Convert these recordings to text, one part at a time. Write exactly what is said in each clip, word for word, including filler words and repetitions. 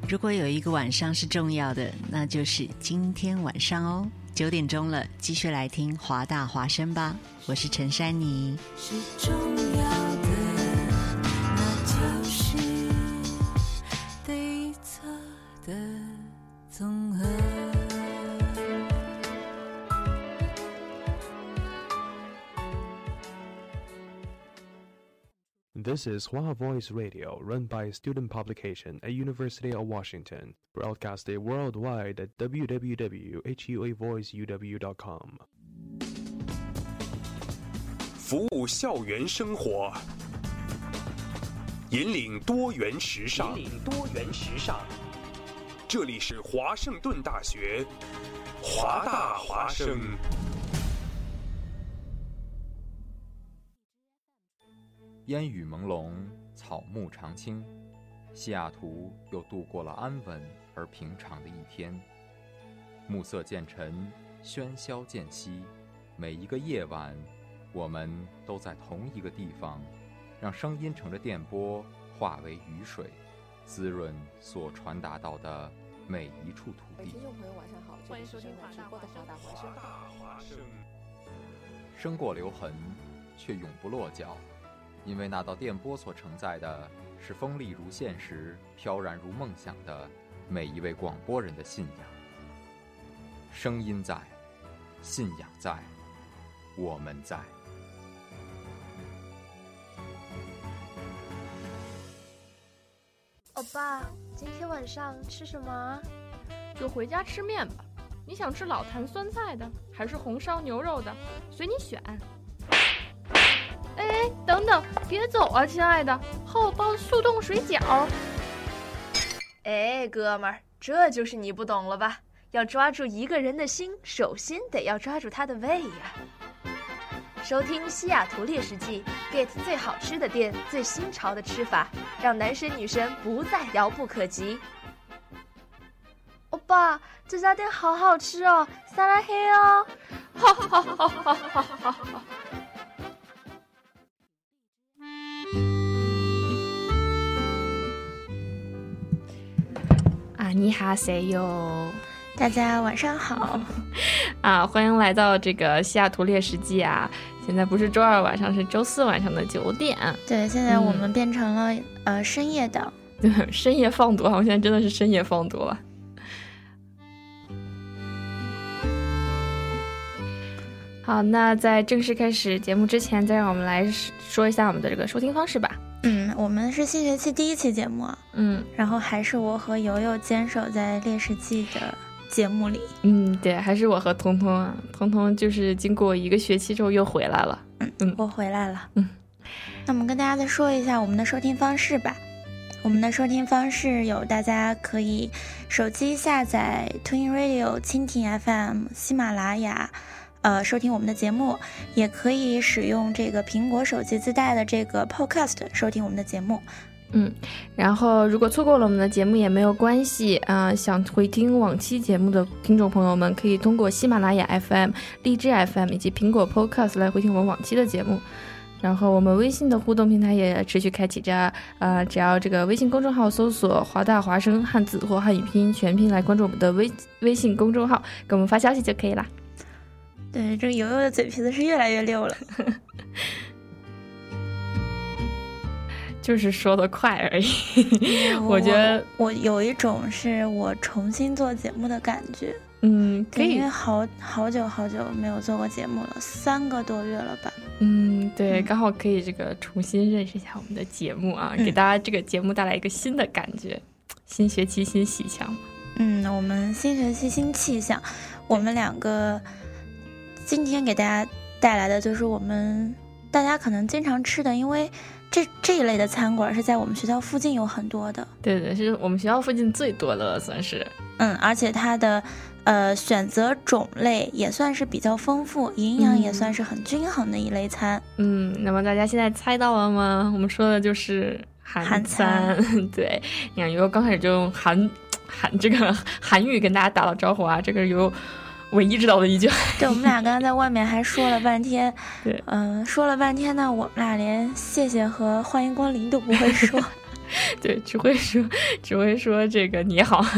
如果有一个晚上是重要的，那就是今天晚上哦。九点钟了，继续来听华大华声吧。我是陈珊妮。 是重要的，那就是对错的综合。 This is Hua Voice Radio, run by a student publication at University of Washington, broadcasted worldwide at w w w dot hua voice u w dot com. 服务校园生活，引领多元时尚。引领多元时尚。这里是华盛顿大学，华大华生。 烟雨朦胧，草木常青，西雅图又度过了安稳而平常的一天。暮色渐沉，喧嚣渐息，每一个夜晚，我们都在同一个地方，让声音乘着电波化为雨水，滋润所传达到的每一处土地。 听众朋友晚上好，欢迎收听直播的华大华声。 生过留痕，却永不落脚。因为那道电波所承载的是锋利如现实、飘然如梦想的每一位广播人的信仰。声音在，信仰在，我们在。 欧巴，今天晚上吃什么啊？ 就回家吃面吧。你想吃老坛酸菜的，还是红烧牛肉的？随你选。哎，等等，别走啊，亲爱的，厚包速冻水饺。 哎，哥们儿，这就是你不懂了吧？要抓住一个人的心，首先得要抓住他的胃呀。收听西雅图猎食记 ，get 最好吃的店，最新潮的吃法，让男生女生不再遥不可及。欧巴，这家店好好吃哦，撒拉嘿哦！ 哈哈哈哈哈哈哈！啊，你好，say哟！ 大家晚上好啊，欢迎来到这个西雅图猎食记啊！现在不是周二晚上，是周四晚上的九点。 对，现在我们变成了、嗯、呃深夜档， 深夜放毒，好像现在真的是深夜放毒了。好，那在正式开始节目之前，再让我们来说一下我们的这个收听方式吧。 嗯，我们是新学期第一期节目， 嗯， 然后还是我和游游坚守在猎食记的节目里。 嗯，对，还是我和彤彤啊，彤彤就是经过一个学期之后又回来了。 嗯嗯，我回来了。 嗯， 那我们跟大家再说一下我们的收听方式吧。我们的收听方式有，大家可以手机下载 Twin Radio、蜻蜓 F M、喜马拉雅。呃，收听我们的节目，也可以使用这个苹果手机自带的这个 Podcast 收听我们的节目。 嗯，然后如果错过了我们的节目也没有关系啊、呃，想回听往期节目的听众朋友们，可以通过喜马拉雅 F M、荔枝 F M 以及苹果 Podcast 来回听我们往期的节目。然后我们微信的互动平台也持续开启着，呃，只要这个微信公众号搜索华大华声汉字或汉语拼音全拼来关注我们的微微信公众号，给我们发消息就可以了。 对，这个游游的嘴皮子是越来越溜了。 就是说得快而已。我觉得我, 我有一种是我重新做节目的感觉。 嗯，可以， 因为好好久好久没有做过节目了，三个多月了吧。 嗯，对，刚好可以这个重新认识一下我们的节目啊，嗯、给大家这个节目带来一个新的感觉。新学期新气象。 嗯，我们新学期新气象，我们两个今天给大家带来的就是我们大家可能经常吃的，因为这这一类的餐馆是在我们学校附近有很多的。 对对，是我们学校附近最多的了，算是。 嗯，而且它的呃选择种类也算是比较丰富，营养也算是很均衡的一类餐。 嗯，那么大家现在猜到了吗？我们说的就是韩餐。韩餐对，你看，由刚开始就用韩韩这个韩语跟大家打了招呼啊，这个由唯一知道的一句。 对，我们俩刚刚在外面还说了半天， 对， 嗯、呃，说了半天呢，我们俩连谢谢和欢迎光临都不会说。 对，只会说只会说这个你好。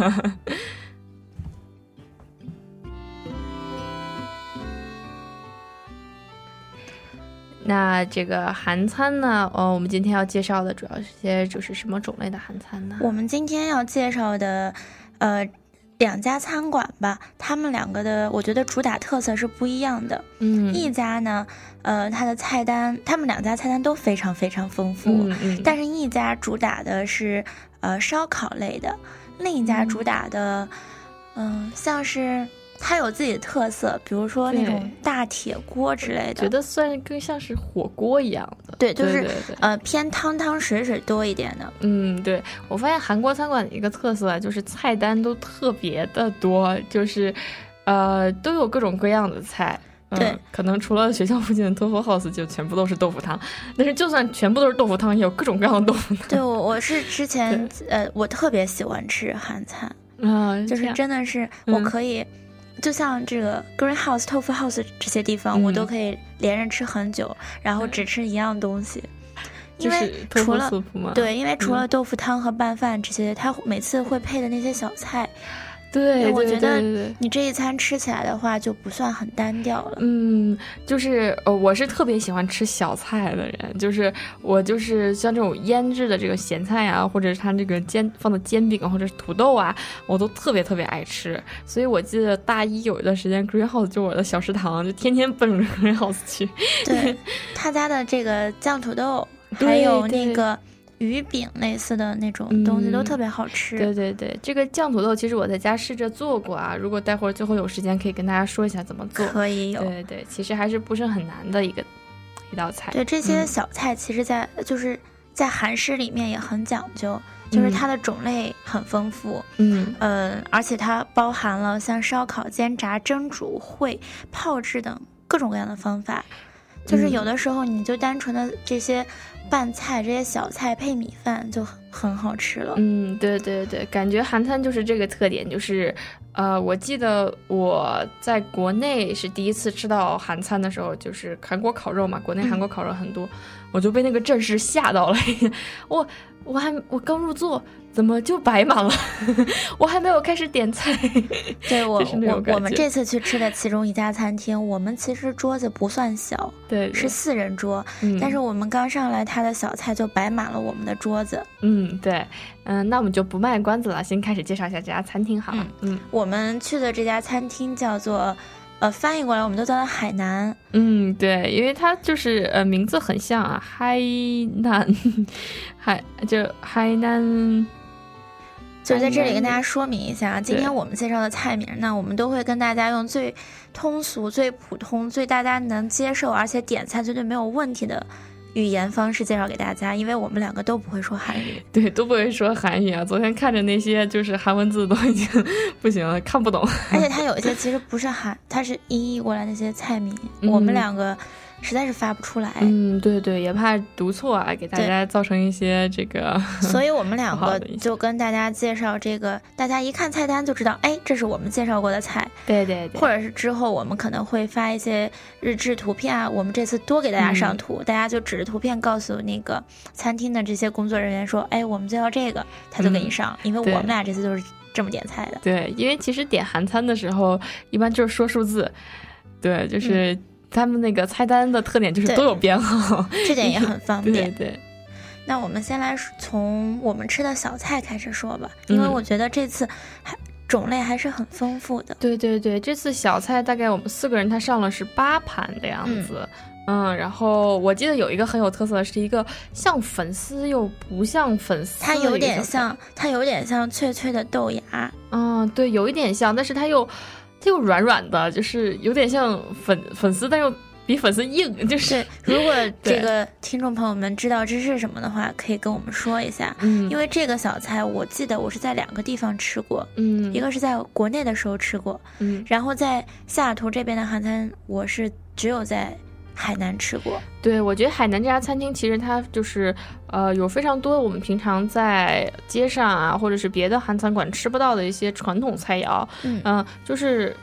那这个韩餐呢？哦，我们今天要介绍的主要是些就是什么种类的韩餐呢？ 我们今天要介绍的，呃，两家餐馆吧，他们两个的我觉得主打特色是不一样的。 嗯， 一家呢，呃，它的菜单，他们两家菜单都非常非常丰富， 嗯嗯、 但是一家主打的是呃烧烤类的，另一家主打的，嗯、呃，像是。它有自己的特色，比如说那种大铁锅之类的， 觉得算更像是火锅一样的。 对，就是对对对呃偏汤汤水水多一点的。 嗯，对，我发现韩国餐馆的一个特色就是菜单都特别的多，就是呃都有各种各样的菜。 对、 嗯，可能除了学校附近的Tofu House就全部都是豆腐汤，但是就算全部都是豆腐汤，也有各种各样的豆腐汤。 对，我我是之前呃我特别喜欢吃韩餐啊、 嗯，就是真的是我可以。嗯就像这个 Green House、Tofu House 这些地方，嗯、我都可以连着吃很久，然后只吃一样东西。因为除了对，因为除了豆腐汤和拌饭这些，它每次会配的那些小菜。 对， 我觉得你这一餐吃起来的话就不算很单调了。 嗯，就是呃，我是特别喜欢吃小菜的人，就是我就是像这种腌制的这个咸菜啊，或者是它这个煎放的煎饼或者是土豆啊，我都特别特别爱吃。所以我记得大一有一段时间 Green House 就我的小食堂，就天天奔着 Green House 去。 对，他家的这个酱土豆，还有那个。鱼饼类似的那种东西都特别好吃、 嗯、对对对，这个酱土豆其实我在家试着做过啊，如果待会儿最后有时间可以跟大家说一下怎么做。 可以有， 对对，其实还是不是很难的一个一道菜。 对，这些小菜其实在、嗯、就是在韩式里面也很讲究，就是它的种类很丰富。 嗯嗯、呃，而且它包含了像烧烤、煎炸、蒸煮、烩、泡制等各种各样的方法。就是有的时候你就单纯的这些拌菜，这些小菜配米饭就很好吃了。 嗯，对对对，感觉韩餐就是这个特点，就是呃，我记得我在国内是第一次吃到韩餐的时候，就是韩国烤肉嘛，国内韩国烤肉很多，嗯、我就被那个阵势吓到了。我我还我刚入座，怎么就摆满了？我还没有开始点菜。 对我我我们这次去吃的其中一家餐厅，我们其实桌子不算小， 对， 是四人桌、 嗯， 但是我们刚上来，他的小菜就摆满了我们的桌子。 嗯，对，嗯，那我们就不卖关子了，先开始介绍一下这家餐厅好了。 嗯，嗯我们去的这家餐厅叫做。呃，翻译过来我们都叫它海南。 嗯，对，因为它就是呃名字很像啊，海南，海就海南。 就在这里跟大家说明一下，今天我们介绍的菜名呢，我们都会跟大家用最通俗、最普通、最大家能接受，而且点菜绝对没有问题的语言方式介绍给大家，因为我们两个都不会说韩语。 对，都不会说韩语啊！昨天看着那些就是韩文字都已经不行了，看不懂。 而且它有一些其实不是韩，它是音译过来那些菜名，嗯、我们两个实在是发不出来。 嗯，对对，也怕读错啊，给大家造成一些这个。 所以我们两个就跟大家介绍这个，大家一看菜单就知道，哎，这是我们介绍过的菜。 对对对。 或者是之后我们可能会发一些日志图片啊，我们这次多给大家上图，嗯、大家就指着图片告诉那个餐厅的这些工作人员说，哎，我们介绍这个，他就给你上，嗯、因为我们俩这次都是这么点菜的。 对，因为其实点韩餐的时候，一般就是说数字，对，就是。嗯他们那个菜单的特点就是都有编号， 这点也很方便。 对对。 那我们先来从我们吃的小菜开始说吧，因为我觉得这次还种类还是很丰富的。 对对对，这次小菜大概我们四个人他上了是八盘的样子。嗯, 嗯，然后我记得有一个很有特色的是一个像粉丝又不像粉丝， 它有点像，它有点像脆脆的豆芽。 嗯，对，有一点像，但是它又。它又软软的，就是有点像粉粉丝，但又比粉丝硬。就是如果这个听众朋友们知道这是什么的话，可以跟我们说一下。 嗯， 因为这个小菜我记得我是在两个地方吃过， 嗯， 一个是在国内的时候吃过， 嗯， 然后在西雅图这边的韩餐我是只有在海南吃过。 对，我觉得海南这家餐厅其实它就是呃有非常多我们平常在街上啊或者是别的韩餐馆吃不到的一些传统菜肴。 嗯、 呃、就是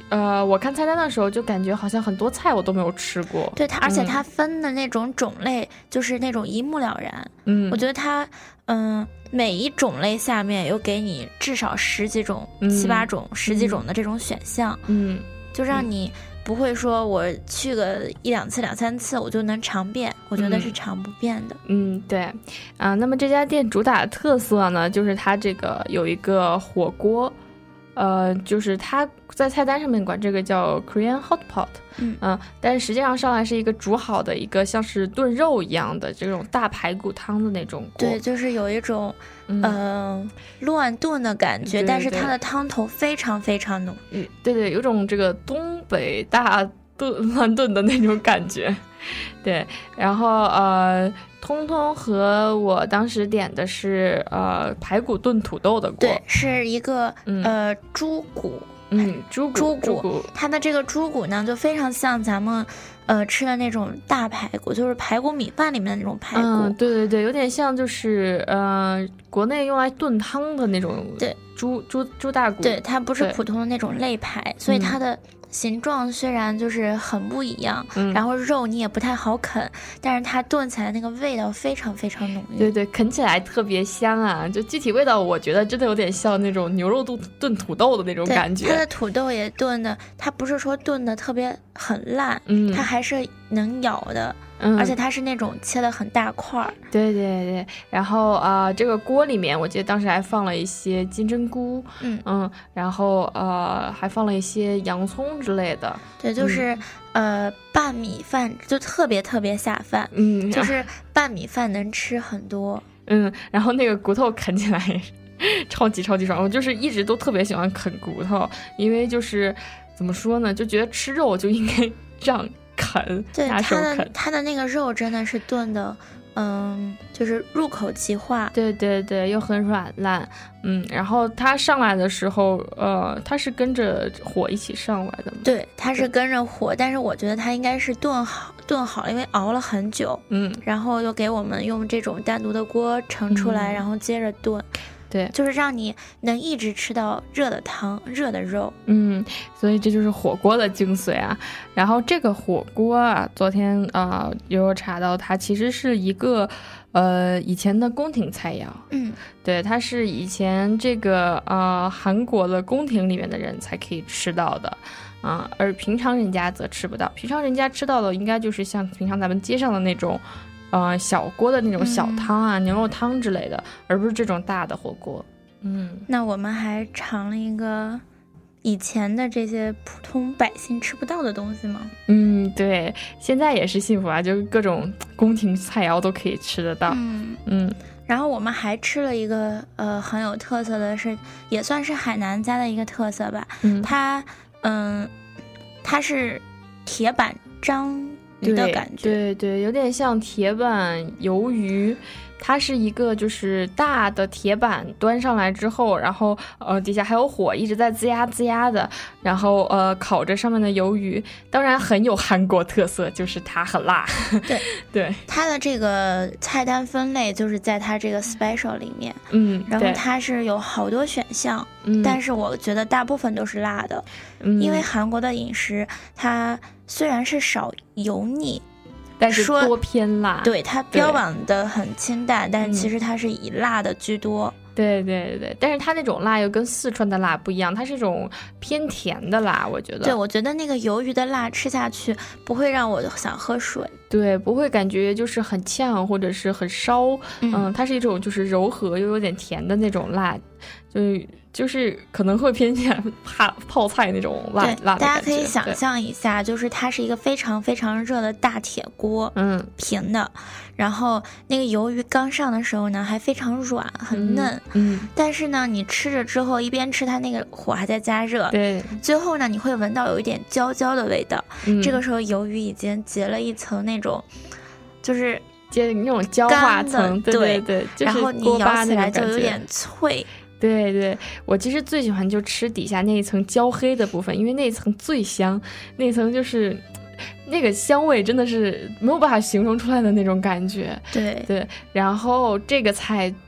呃，我看菜单的时候就感觉好像很多菜我都没有吃过。 对它，而且它分的那种种类、嗯、就是那种一目了然。 嗯， 我觉得它，嗯、呃，每一种类下面有给你至少十几种、嗯、七八种、十几种的这种选项。 嗯， 就让你不会说我去个一两次、两三次我就能尝遍，我觉得是尝不遍的。 嗯，对，啊，那么这家店主打的特色呢，就是它这个有一个火锅。呃，就是它在菜单上面管这个叫 Korean Hot Pot， 嗯、 呃、但是实际上上来是一个煮好的一个像是炖肉一样的这种大排骨汤的那种锅。 对，就是有一种嗯、呃、乱炖的感觉， 对对， 但是它的汤头非常非常浓郁。 对对，有种这个东北大炖乱炖的那种感觉。对，然后呃。通通和我当时点的是呃排骨炖土豆的锅， 对，是一个、嗯、呃猪骨， 嗯猪骨猪骨， 猪骨它的这个猪骨呢就非常像咱们呃吃的那种大排骨，就是排骨米饭里面的那种排骨， 嗯，对对对，有点像就是呃国内用来炖汤的那种， 对， 猪猪猪大骨， 对，它不是普通的那种肋排，所以它的、嗯形状虽然就是很不一样、嗯、然后肉你也不太好啃，但是它炖起来那个味道非常非常浓郁。 对对，啃起来特别香啊，就具体味道我觉得真的有点像那种牛肉炖炖土豆的那种感觉。 它的土豆也炖的，它不是说炖的特别很烂， 嗯， 它还是能咬的。 嗯， 而且它是那种切的很大块儿。 对对对，然后啊、呃，这个锅里面我记得当时还放了一些金针菇， 嗯嗯，然后呃还放了一些洋葱之类的。 对，就是、嗯、呃拌米饭就特别特别下饭， 嗯， 就是拌米饭能吃很多。 嗯，然后那个骨头啃起来超级超级爽，我就是一直都特别喜欢啃骨头，因为就是怎么说呢，就觉得吃肉就应该这样。啃， 对， 拿手啃， 它的它的那个肉真的是炖的，嗯，就是入口即化， 对对对，又很软烂，嗯，然后它上来的时候，呃，它是跟着火一起上来的吗？ 对，它是跟着火，但是我觉得它应该是炖好炖好了，因为熬了很久， 嗯， 然后又给我们用这种单独的锅盛出来，嗯、然后接着炖。 对， 就是让你能一直吃到热的汤、热的肉。 嗯，所以这就是火锅的精髓啊。然后这个火锅啊，昨天啊、呃、有查到，它其实是一个呃以前的宫廷菜肴。 嗯， 对，它是以前这个呃韩国的宫廷里面的人才可以吃到的啊、呃，而平常人家则吃不到。平常人家吃到的应该就是像平常咱们街上的那种。呃，小锅的那种小汤啊、嗯，牛肉汤之类的，而不是这种大的火锅。嗯， 那我们还尝了一个以前的这些普通百姓吃不到的东西吗？ 嗯，对，现在也是幸福啊，就各种宫廷菜肴都可以吃得到。 嗯嗯， 然后我们还吃了一个呃很有特色的是，也算是海南家的一个特色吧。 嗯， 它嗯、呃，它是铁板章。 对的感觉， 对对，有点像铁板鱿鱼，它是一个就是大的铁板端上来之后，然后呃底下还有火一直在滋呀滋呀的，然后呃烤着上面的鱿鱼，当然很有韩国特色，就是它很辣。 对对， 它的这个菜单分类就是在它这个 special 里面， 嗯， 然后它是有好多选项， 嗯， 但是我觉得大部分都是辣的， 嗯， 因为韩国的饮食它虽然是少油腻， 但是多偏辣， 对，它标榜的很清淡，但是其实它是以辣的居多。 对对对，但是它那种辣又跟四川的辣不一样，它是一种偏甜的辣，我觉得。 对，我觉得那个鱿鱼的辣吃下去不会让我想喝水， 对，不会感觉就是很呛或者是很烧， 嗯， 嗯，它是一种就是柔和又有点甜的那种辣，就就是可能会偏向泡泡菜那种辣辣的感觉。 大家可以想象一下，就是它是一个非常非常热的大铁锅， 嗯， 平的，然后那个鱿鱼刚上的时候呢，还非常软，很嫩， 嗯，嗯但是呢，你吃着之后，一边吃它那个火还在加热， 对， 最后呢，你会闻到有一点焦焦的味道， 嗯， 这个时候鱿鱼已经结了一层那种，就是结那种焦化层，对对对，就是、 然后你咬起来就有点脆。 对对，我其实最喜欢就吃底下那一层焦黑的部分，因为那一层最香，那层就是那个香味真的是没有办法形容出来的那种感觉。 对对，然后这个菜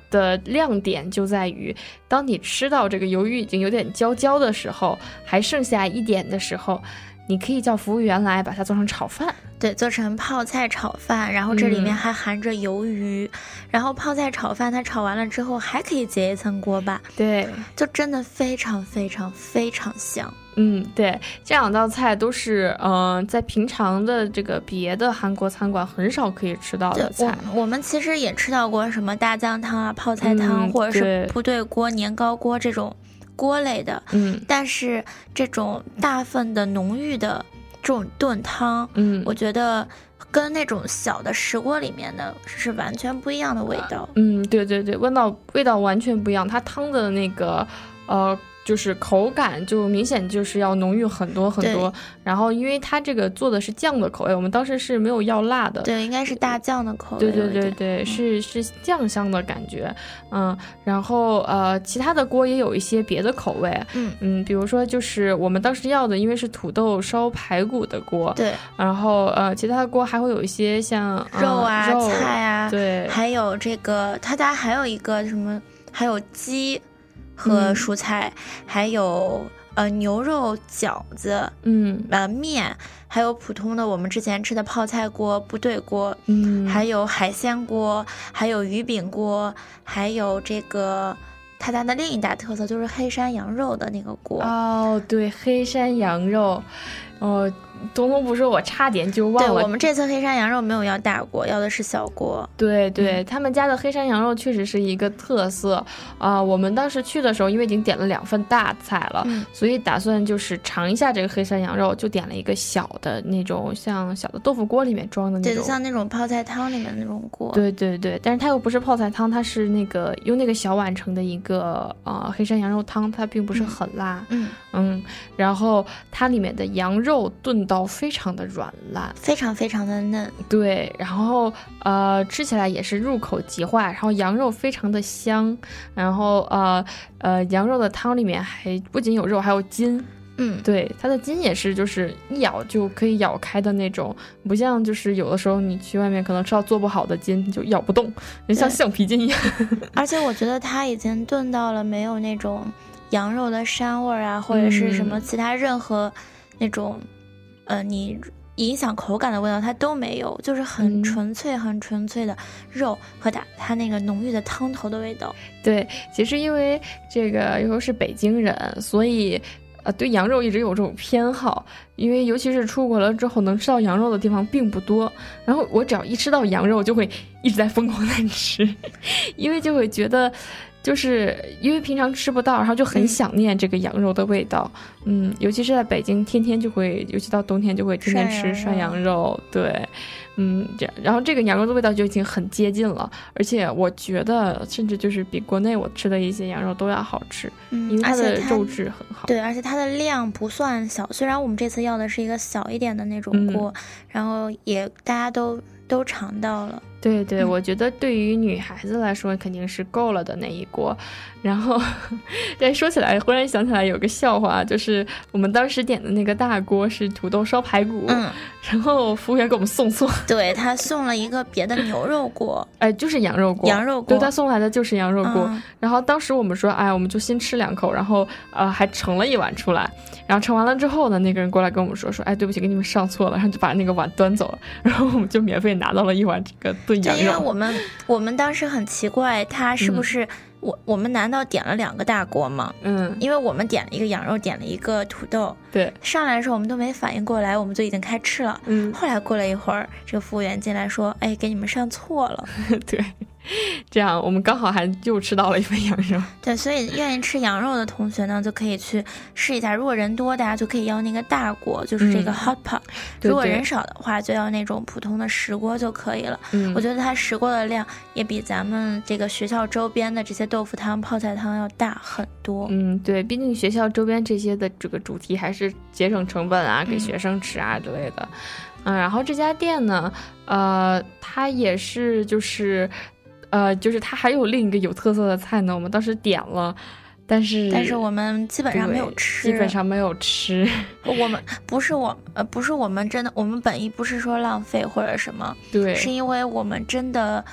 的亮点就在于，当你吃到这个鱿鱼已经有点焦焦的时候，还剩下一点的时候，你可以叫服务员来把它做成炒饭。 对，做成泡菜炒饭，然后这里面还含着鱿鱼、嗯、然后泡菜炒饭它炒完了之后还可以结一层锅巴。 对， 就真的非常非常非常香。 嗯，对，这两道菜都是嗯、呃，在平常的这个别的韩国餐馆很少可以吃到的菜。 我, 我们其实也吃到过什么大酱汤啊、泡菜汤、嗯、或者是部队锅、年糕锅这种锅类的， 嗯， 但是这种大份的浓郁的这种炖汤， 嗯， 我觉得跟那种小的石锅里面的是完全不一样的味道。 嗯，对对对，味道味道完全不一样，它汤的那个呃。就是口感就明显就是要浓郁很多很多，然后因为它这个做的是酱的口味，我们当时是没有要辣的， 对，应该是大酱的口味， 对对对对，是是酱香的感觉，嗯，然后呃，其他的锅也有一些别的口味， 嗯嗯，比如说就是我们当时要的，因为是土豆烧排骨的锅， 对， 然后呃，其他的锅还会有一些像、 呃、肉啊、 肉菜啊， 对， 还有这个它家还有一个什么，还有鸡。和蔬菜、嗯、还有呃牛肉饺子， 嗯呃面，还有普通的我们之前吃的泡菜锅、部队锅， 嗯， 还有海鲜锅，还有鱼饼锅，还有这个他家的另一大特色就是黑山羊肉的那个锅。 哦，对，黑山羊肉，哦。东东不说，我差点就忘了。 对，我们这次黑山羊肉没有要大锅，要的是小锅。 对对、嗯，他们家的黑山羊肉确实是一个特色啊、呃。我们当时去的时候，因为已经点了两份大菜了、 嗯， 所以打算就是尝一下这个黑山羊肉，就点了一个小的那种，像小的豆腐锅里面装的那种， 对，像那种泡菜汤里面那种锅。 对对对，但是它又不是泡菜汤，它是那个用那个小碗盛的一个呃黑山羊肉汤，它并不是很辣。 嗯嗯, 嗯，然后它里面的羊肉炖到非常的软烂， 非常非常的嫩， 对，然后呃吃起来也是入口即化，然后羊肉非常的香，然后呃呃羊肉的汤里面还不仅有肉，还有筋。 嗯， 对，它的筋也是就是一咬就可以咬开的那种，不像就是有的时候你去外面可能吃到做不好的筋就咬不动，就像橡皮筋一样。 而且我觉得它已经炖到了没有那种羊肉的膻味啊，或者是什么其他任何那种、嗯、呃你影响口感的味道它都没有，就是很纯粹、嗯、很纯粹的肉和打它那个浓郁的汤头的味道。 对，其实因为这个又是北京人，所以呃对羊肉一直有这种偏好，因为尤其是出国了之后能吃到羊肉的地方并不多，然后我只要一吃到羊肉就会一直在疯狂的吃，因为就会觉得就是因为平常吃不到，然后就很想念这个羊肉的味道。嗯，尤其是在北京天天就会，尤其到冬天就会天天吃涮羊肉。对，嗯，这然后这个羊肉的味道就已经很接近了，而且我觉得甚至就是比国内我吃的一些羊肉都要好吃。 嗯， 因为它的肉质很好。 对，而且它的量不算小，虽然我们这次要的是一个小一点的那种锅、嗯、然后也大家都都尝到了。 对对、 嗯， 我觉得对于女孩子来说肯定是够了的那一锅。然后再说起来忽然想起来有个笑话，就是我们当时点的那个大锅是土豆烧排骨， 嗯， 然后服务员给我们送错， 对，他送了一个别的牛肉锅， 哎，就是羊肉锅， 羊肉锅， 对，他送来的就是羊肉锅、 嗯、 然后当时我们说哎，我们就先吃两口，然后呃还盛了一碗出来，然后盛完了之后呢，那个人过来跟我们说说哎，对不起，给你们上错了，然后就把那个碗端走了，然后我们就免费拿到了一碗这个炖羊肉。 因为我们我们当时很奇怪他是不是、嗯我我们难道点了两个大锅吗？ 嗯， 因为我们点了一个羊肉，点了一个土豆， 对， 上来的时候我们都没反应过来，我们就已经开吃了。 嗯， 后来过了一会儿，这个服务员进来说：“哎，给你们上错了。” 对，这样我们刚好还又吃到了一份羊肉。 对，所以愿意吃羊肉的同学呢，就可以去试一下。如果人多，大家就可以要那个大锅，就是这个 hot pot、嗯。如果人少的话，就要那种普通的石锅就可以了。 嗯， 我觉得它石锅的量也比咱们这个学校周边的这些豆腐汤、泡菜汤要大很多。 嗯，对，毕竟学校周边这些的这个主题还是节省成本啊，给学生吃啊之类的。嗯，然后这家店呢，呃，它也是就是呃，就是它还有另一个有特色的菜呢，我们当时点了。但是但是我们基本上没有吃， 基本上没有吃。 我们不是我呃不是我们真的，我们本意不是说浪费或者什么， 对， 是因为我们真的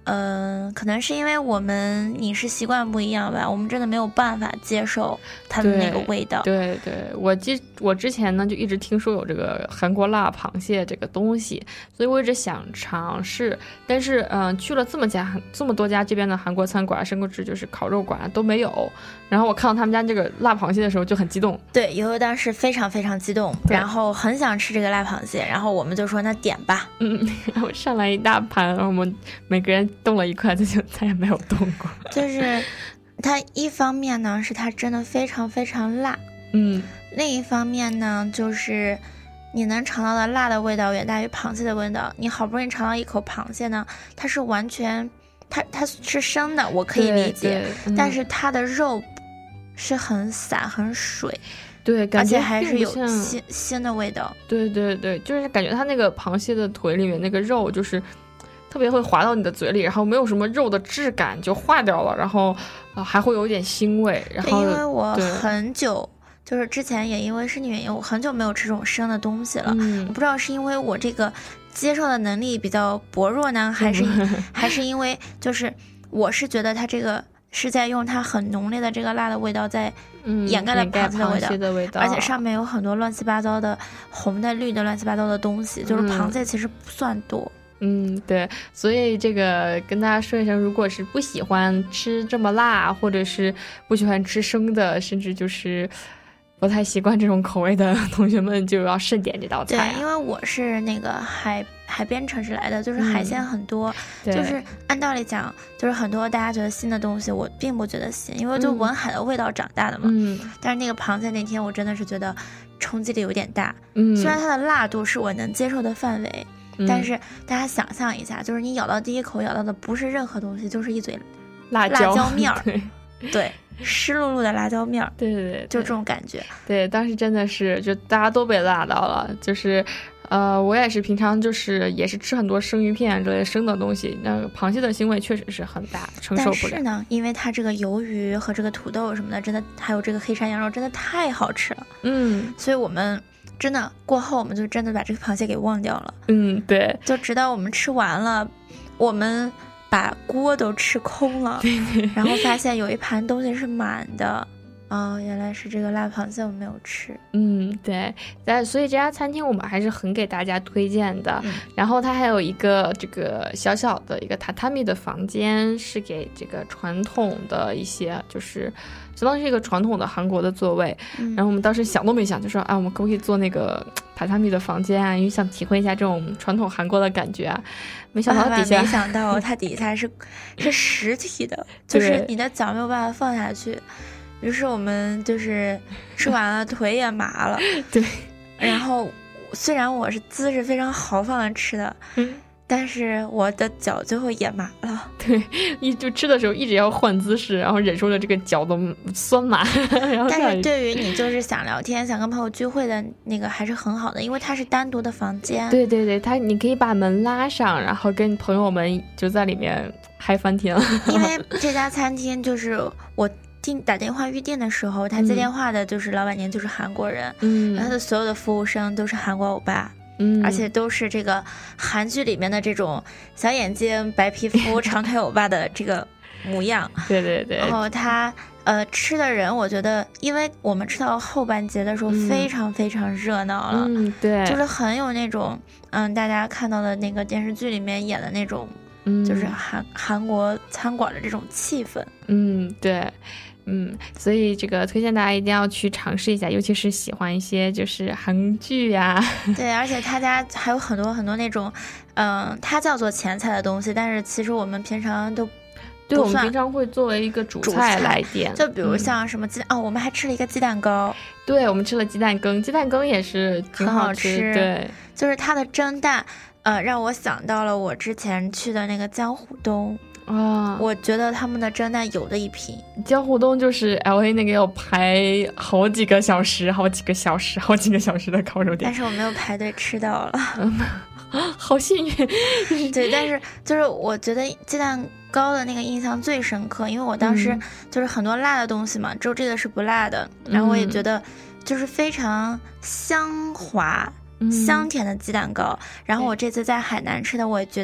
嗯、呃，可能是因为我们饮食习惯不一样吧，我们真的没有办法接受它的那个味道。 对 对, 对，我之我之前呢就一直听说有这个韩国辣螃蟹这个东西，所以我一直想尝试，但是嗯、呃，去了这么家这么多家这边的韩国餐馆、生锅吃就是烤肉馆都没有。然后我看到他们家这个辣螃蟹的时候就很激动。 对，悠悠当时非常非常激动，然后很想吃这个辣螃蟹，然后我们就说那点吧。 嗯，然后上来一大盘，然后我们每个人动了一块，就再也没有动过。 就是它一方面呢是它真的非常非常辣， 嗯， 另一方面呢就是你能尝到的辣的味道远大于螃蟹的味道。你好不容易尝到一口螃蟹呢，它是完全它它是生的，我可以理解，嗯、但是它的肉是很散很水， 对，感觉而且还是有鲜鲜的味道。 对对对，就是感觉它那个螃蟹的腿里面那个肉就是特别会滑到你的嘴里，然后没有什么肉的质感就化掉了，然后、呃、还会有一点腥味。然后因为我很久就是之前也因为身体原因，我很久没有吃这种生的东西了、嗯、我不知道是因为我这个接受的能力比较薄弱呢，还是还是因为就是我是觉得它这个是在用它很浓烈的这个辣的味道在掩盖了螃蟹的味道、嗯、 的味道， 而且上面有很多乱七八糟的红的绿的乱七八糟的东西，就是螃蟹其实不算多。 嗯，对，所以这个跟大家说一声，如果是不喜欢吃这么辣，或者是不喜欢吃生的，甚至就是不太习惯这种口味的同学们，就要慎点这道菜、啊。 对，因为我是那个海海边城市来的，就是海鲜很多、嗯、就是按道理讲，就是很多大家觉得腥的东西，我并不觉得腥，因为就闻海的味道长大的嘛。嗯。但是那个螃蟹那天我真的是觉得冲击力有点大。嗯。虽然它的辣度是我能接受的范围。但是大家想象一下，就是你咬到第一口咬到的不是任何东西，就是一嘴辣椒辣椒面儿，对，对，湿漉漉的辣椒面儿， 对对对， 就这种感觉。 对，当时真的是就大家都被辣到了，就是呃，我也是平常就是也是吃很多生鱼片之类生的东西，那个螃蟹的腥味确实是很大，承受不了。 但是呢，因为它这个鱿鱼和这个土豆什么的，真的还有这个黑山羊肉，真的太好吃了。 嗯， 所以我们。真的过后我们就真的把这个螃蟹给忘掉了。 嗯，对， 就直到我们吃完了，我们把锅都吃空了， 对对， 然后发现有一盘东西是满的。哦，原来是这个辣螃蟹我没有吃。 嗯，对，但所以这家餐厅我们还是很给大家推荐的、嗯、然后它还有一个这个小小的一个榻榻米的房间，是给这个传统的一些就是相当于是一个传统的韩国的座位、嗯、然后我们当时想都没想就说啊，我们可不可以做那个榻榻米的房间啊，因为想体会一下这种传统韩国的感觉啊。没想到底下没想到它底下是是实体的，就是你的脚没有办法放下去。于是我们就是吃完了腿也麻了， 对。 然后虽然我是姿势非常豪放的吃的，嗯，但是我的脚最后也麻了。 对，一就吃的时候一直要换姿势，然后忍受着这个脚的酸麻。然后但是对于你就是想聊天、想跟朋友聚会的那个还是很好的，因为它是单独的房间。 对对对，它你可以把门拉上，然后跟朋友们就在里面嗨翻天了。 因为这家餐厅就是我。订打电话预订的时候，他接电话的就是老板娘，就是韩国人，嗯，他的所有的服务生都是韩国欧巴，嗯，而且都是这个韩剧里面的这种小眼睛、白皮肤、长腿欧巴的这个模样。 对对对。 然后他呃吃的人，我觉得，因为我们吃到后半节的时候非常非常热闹了， 嗯，对， 就是很有那种嗯大家看到的那个电视剧里面演的那种，嗯，就是韩韩国餐馆的这种气氛。 嗯，对。嗯，所以这个推荐大家一定要去尝试一下，尤其是喜欢一些就是韩剧呀。 对，而且他家还有很多很多那种，嗯、呃，它叫做前菜的东西，但是其实我们平常都对，我们平常会作为一个主菜来点。 就比如像什么鸡、嗯、哦，我们还吃了一个鸡蛋糕。 对，我们吃了鸡蛋羹，鸡蛋羹也是挺好吃。 很好吃， 对， 就是它的蒸蛋，呃，让我想到了我之前去的那个江湖东。 啊， 我觉得他们的蒸蛋有的一拼。 江湖东就是 L A 那个要排好几个小时、好几个小时、好几个小时的烤肉店， 但是我没有排队吃到了， 好幸运。 对，但是就是我觉得鸡蛋糕的那个印象最深刻，因为我当时就是很多辣的东西嘛，只有这个是不辣的，然后我也觉得就是非常香滑、嗯、香甜的鸡蛋糕。然后我这次在海南吃的，我也觉得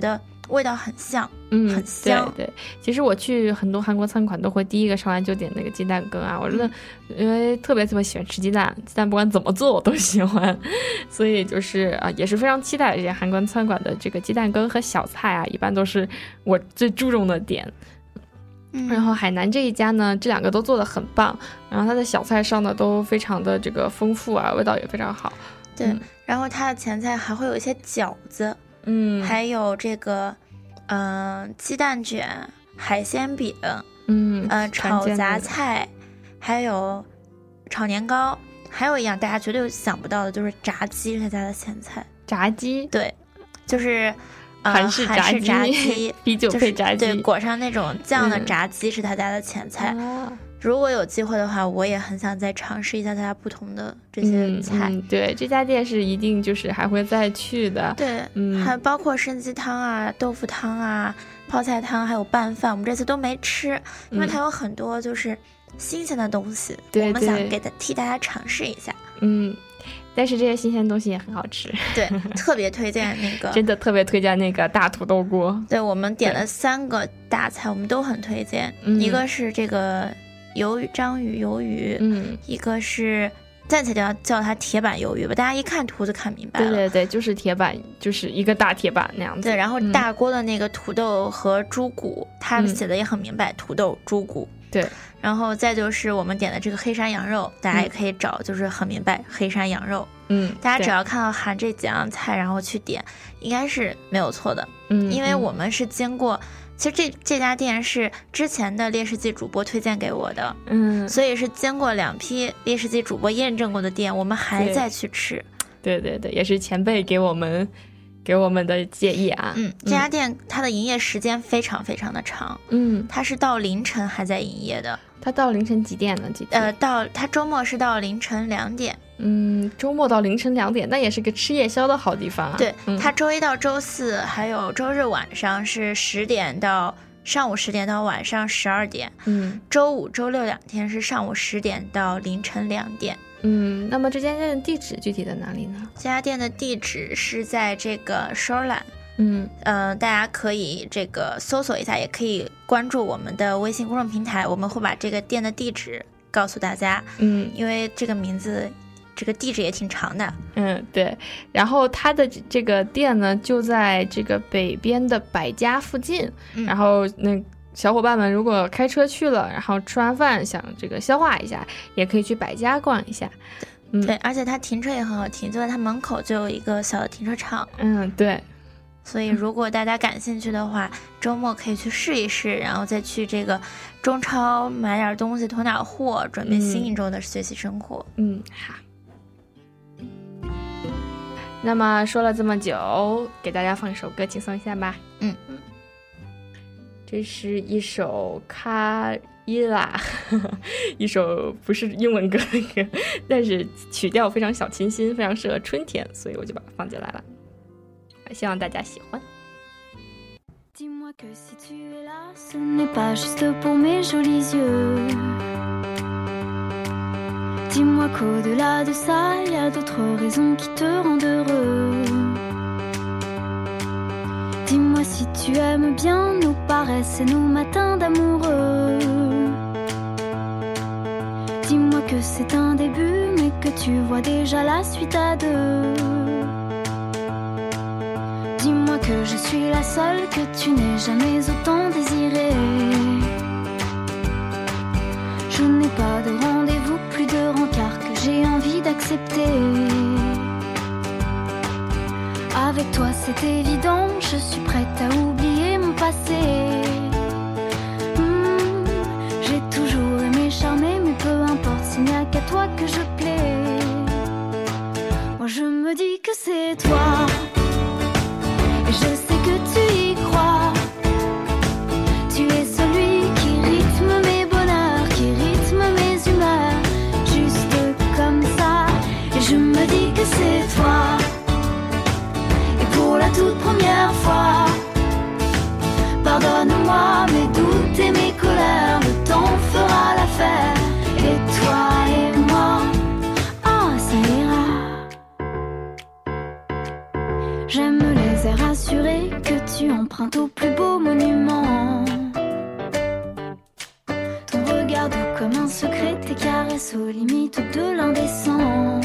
味道很像， 嗯， 很香。 对对，其实我去很多韩国餐馆都会第一个上来就点那个鸡蛋羹啊，我真的、嗯、因为特别特别喜欢吃鸡蛋，鸡蛋不管怎么做我都喜欢，所以就是啊也是非常期待这些韩国餐馆的这个鸡蛋羹和小菜啊，一般都是我最注重的点。嗯、然后海南这一家呢，这两个都做得很棒，然后它的小菜上的都非常的这个丰富啊，味道也非常好。 对、嗯，然后它的前菜还会有一些饺子。 嗯， 还有这个，嗯、呃，鸡蛋卷、海鲜饼， 嗯， 呃，炒杂菜，还有炒年糕，还有一样大家绝对想不到的，就是炸鸡是他家的前菜。 炸鸡， 对，就是呃韩式炸鸡， 炸鸡啤酒配炸鸡， 就是、对，裹上那种酱的炸鸡是他家的前菜。嗯啊如果有机会的话，我也很想再尝试一下他家不同的这些菜。 嗯嗯、对，这家店是一定就是还会再去的。 对，嗯，还包括参鸡汤啊、豆腐汤啊、泡菜汤，还有拌饭，我们这次都没吃，因为它有很多就是新鲜的东西， 嗯、 我们想给它替大家尝试一下。 嗯。但是这些新鲜东西也很好吃， 对，特别推荐那个， 真的特别推荐那个大土豆锅。 对，我们点了三个大菜，我们都很推荐。一个是这个鱿鱼章鱼鱿鱼， 嗯， 一个是暂且叫叫它铁板鱿鱼吧，大家一看图就看明白了。 对对对，就是铁板，就是一个大铁板那样子。 对，然后大锅的那个土豆和猪骨，它写的也很明白，土豆猪骨。 对， 然后再就是我们点的这个黑山羊肉，大家也可以找，就是很明白黑山羊肉。 嗯， 大家只要看到含这几样菜，然后去点，应该是没有错的。 嗯， 因为我们是经过，其实这这家店是之前的猎食记主播推荐给我的， 嗯， 所以是经过两批猎食记主播验证过的店，我们还在去吃。 对对对，也是前辈给我们给我们的建议啊。 嗯，这家店它的营业时间非常非常的长， 嗯， 它是到凌晨还在营业的。 它到凌晨几点呢？几点？ 呃，到它周末是到凌晨两点。 嗯，周末到凌晨两点，那也是个吃夜宵的好地方啊。 对， 嗯、 它周一到周四还有周日晚上是十点到上午十点到晚上十二点。 嗯， 周五、周六两天是上午十点到凌晨两点。 嗯，那么这家店的地址具体在哪里呢？ 这家店的地址是在这个 Shoreline。 嗯呃，大家可以这个搜索一下，也可以关注我们的微信公众平台，我们会把这个店的地址告诉大家。 嗯， 因为这个名字，这个地址也挺长的。 嗯，对。然后它的这个店呢，就在这个北边的百家附近。 嗯、 然后那小伙伴们如果开车去了，然后吃完饭想这个消化一下，也可以去百家逛一下。 嗯，对，而且它停车也很好停，就在它门口就有一个小的停车场。 嗯，对。 所以如果大家感兴趣的话，周末可以去试一试，然后再去这个中超买点东西囤点货，准备新一周的学习生活。 嗯，好。那么说了这么久，给大家放一首歌轻松一下吧。 嗯嗯，这是一首卡伊拉，一首不是英文歌，但是曲调非常小清新，非常适合春天，所以我就把它放进来了。希望大家喜欢。 Dis-moi que si tu es là, ce n'est pas juste pour mes jolis yeux. Dis-moi qu'au-delà de ça, il y a d'autres raisons qui te rendent heureux. Dis-moi si tu aimes bien nos paresses et nos matins d'amoureux. Dis-moi que c'est un début, mais que tu vois déjà la suite à deux.Dis-moi que je suis la seule que tu n'aies jamais autant désirée. Je n'ai pas de rendez-vous, plus de rencard que j'ai envie d'accepter. Avec toi c'est évident, je suis prête à oublier mon passé. Mmh, j'ai toujours aimé charmer, mais peu importe, s'il n'y a qu'à toi que je plais. Moi je me dis que c'est toi.Et je sais que tu y crois. Tu es celui qui rythme mes bonheurs, qui rythme mes humeurs, juste comme ça. Et je me dis que c'est toi. Et pour la toute première fois, pardonne-moi mes doutes et mes colères, le temps fera l'affaire. Et toi et moi, oh ça ira.J'aime les airs assurés que tu empruntes au comme un secret, tes caresses aux limites de l'indécent.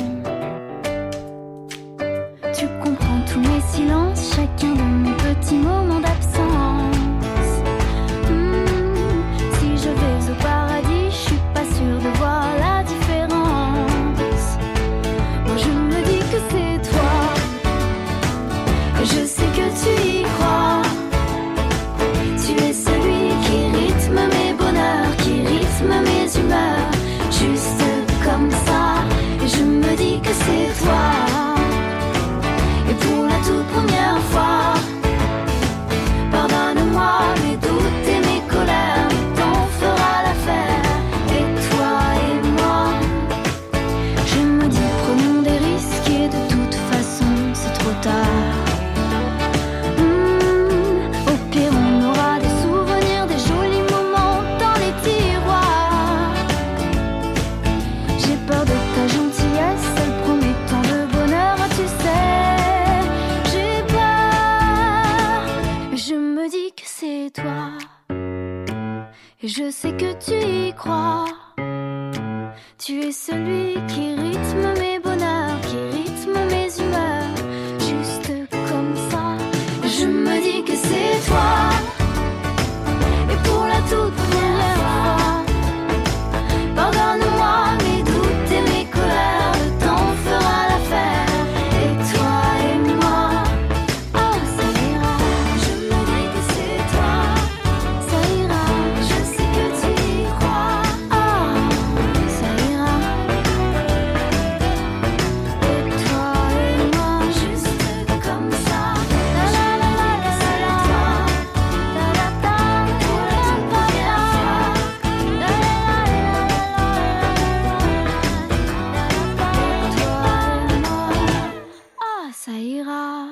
Tu comprends tous mes silences, chacun de mes petits moments d'absence. Mmh, si je vais au paradis, je suis pas sûre de voir la différence. Moi je me dis que c'est toi, et je sais que tu y crois. Tu es celui qui rythme mes bonheurs, qui rythme mes humeurs, juste comme ça. Et je me dis que c'est toi. Et pour la toute première fois, pardonne-moi mes doutes et mes colères, le temps fera l'affaire. Et toi et moi, je me dis prenons des risques et de toute façon c'est trop tard. Mmh, au pire on aura des souvenirs, des jolis moments dans les tiroirs. J'ai peur de ta gentillesse, elle promet tant de bonheur, tu sais. J'ai peur, mais je me dis que c'est toi. Et je sais que tu y crois. Tu es celui qui rythme mes bonheurs, qui rythme mes humeurs, juste comme ça. Et je me dis que c'est toi. Et pour la toute première fois, pardonne-moi mes doutes et mes colères, le temps fera l'affaire. Et toi et moi, oh ça ira. Je me dis que c'est toi, ça ira. Je sais que tu y crois, oh ça ira. Et toi et moi, juste comme ça. La la la la la la la. La la la. Pour la toute première fois. La la la la la la la. Toi et moi, oh ça ira.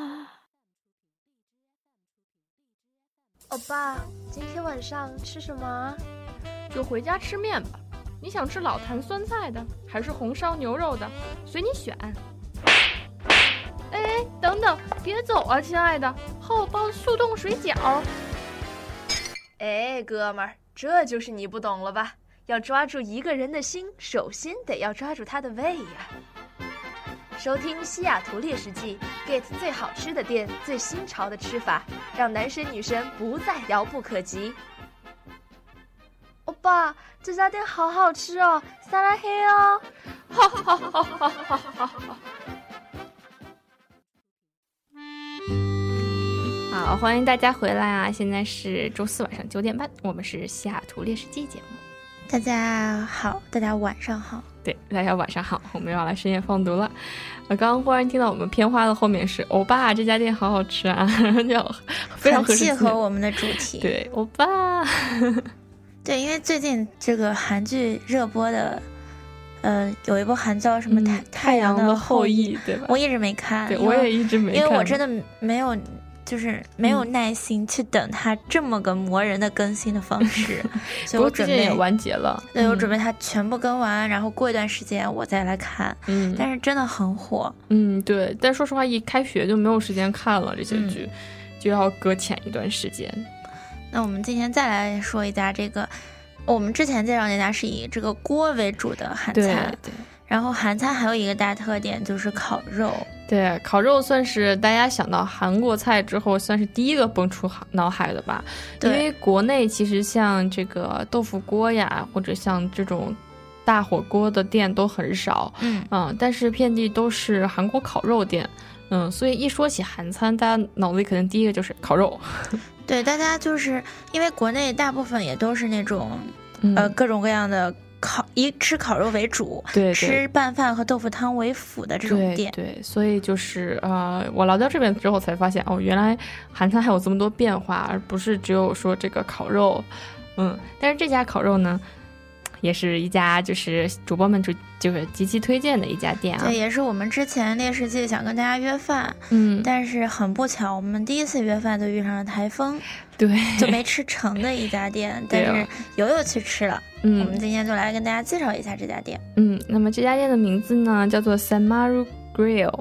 欧巴，今天晚上吃什么啊？ 就回家吃面吧。你想吃老坛酸菜的，还是红烧牛肉的？随你选。哎，等等，别走啊，亲爱的，厚包速冻水饺。 哎，哥们儿，这就是你不懂了吧？要抓住一个人的心，首先得要抓住他的胃呀。收听西雅图猎食记 ，get 最好吃的店，最新潮的吃法，让男生女生不再遥不可及。欧巴，这家店好好吃哦，撒拉嘿哦！ 哈哈哈哈哈哈哈哈！好，欢迎大家回来啊！现在是周四晚上九点半，我们是西雅图猎食记节目。 大家好，大家晚上好。 对，大家晚上好，我们要来深夜放读了。我刚刚忽然听到我们片花的后面是欧巴，这家店好好吃啊，就非常很契合我们的主题。 对，欧巴。 对，因为最近这个韩剧热播的，呃，有一部韩叫什么《太、 嗯、太阳的后裔》，对吧？ 我一直没看， 对，我也一直没看， 因为我真的没有。就是没有耐心去等它这么个磨人的更新的方式，所以我准备也完结了。 对，我准备它全部更完，然后过一段时间我再来看。嗯，但是真的很火。 嗯，对。但说实话，一开学就没有时间看了这些剧，嗯、就要搁浅一段时间。 那我们今天再来说一家这个，我们之前介绍那家是以这个锅为主的韩餐。 对对。 然后韩餐还有一个大特点就是烤肉。 对，烤肉算是大家想到韩国菜之后算是第一个蹦出脑海的吧。因为国内其实像这个豆腐锅呀，或者像这种大火锅的店都很少。嗯嗯，但是遍地都是韩国烤肉店。嗯，所以一说起韩餐，大家脑子里可能第一个就是烤肉。 对，大家就是因为国内大部分也都是那种、嗯、呃各种各样的。烤以吃烤肉为主， 对， 吃拌饭和豆腐汤为辅的这种店， 对，对，所以就是呃，我来到这边之后才发现，哦，原来韩餐还有这么多变化，而不是只有说这个烤肉，嗯，但是这家烤肉呢，也是一家就是主播们就就是极其推荐的一家店啊， 对，也是我们之前猎食记想跟大家约饭，嗯，但是很不巧，我们第一次约饭就遇上了台风。 对， 就没吃成的一家店，但是友友去吃了。嗯，我们今天就来跟大家介绍一下这家店。 嗯，那么这家店的名字呢叫做 Sanmaru Grill。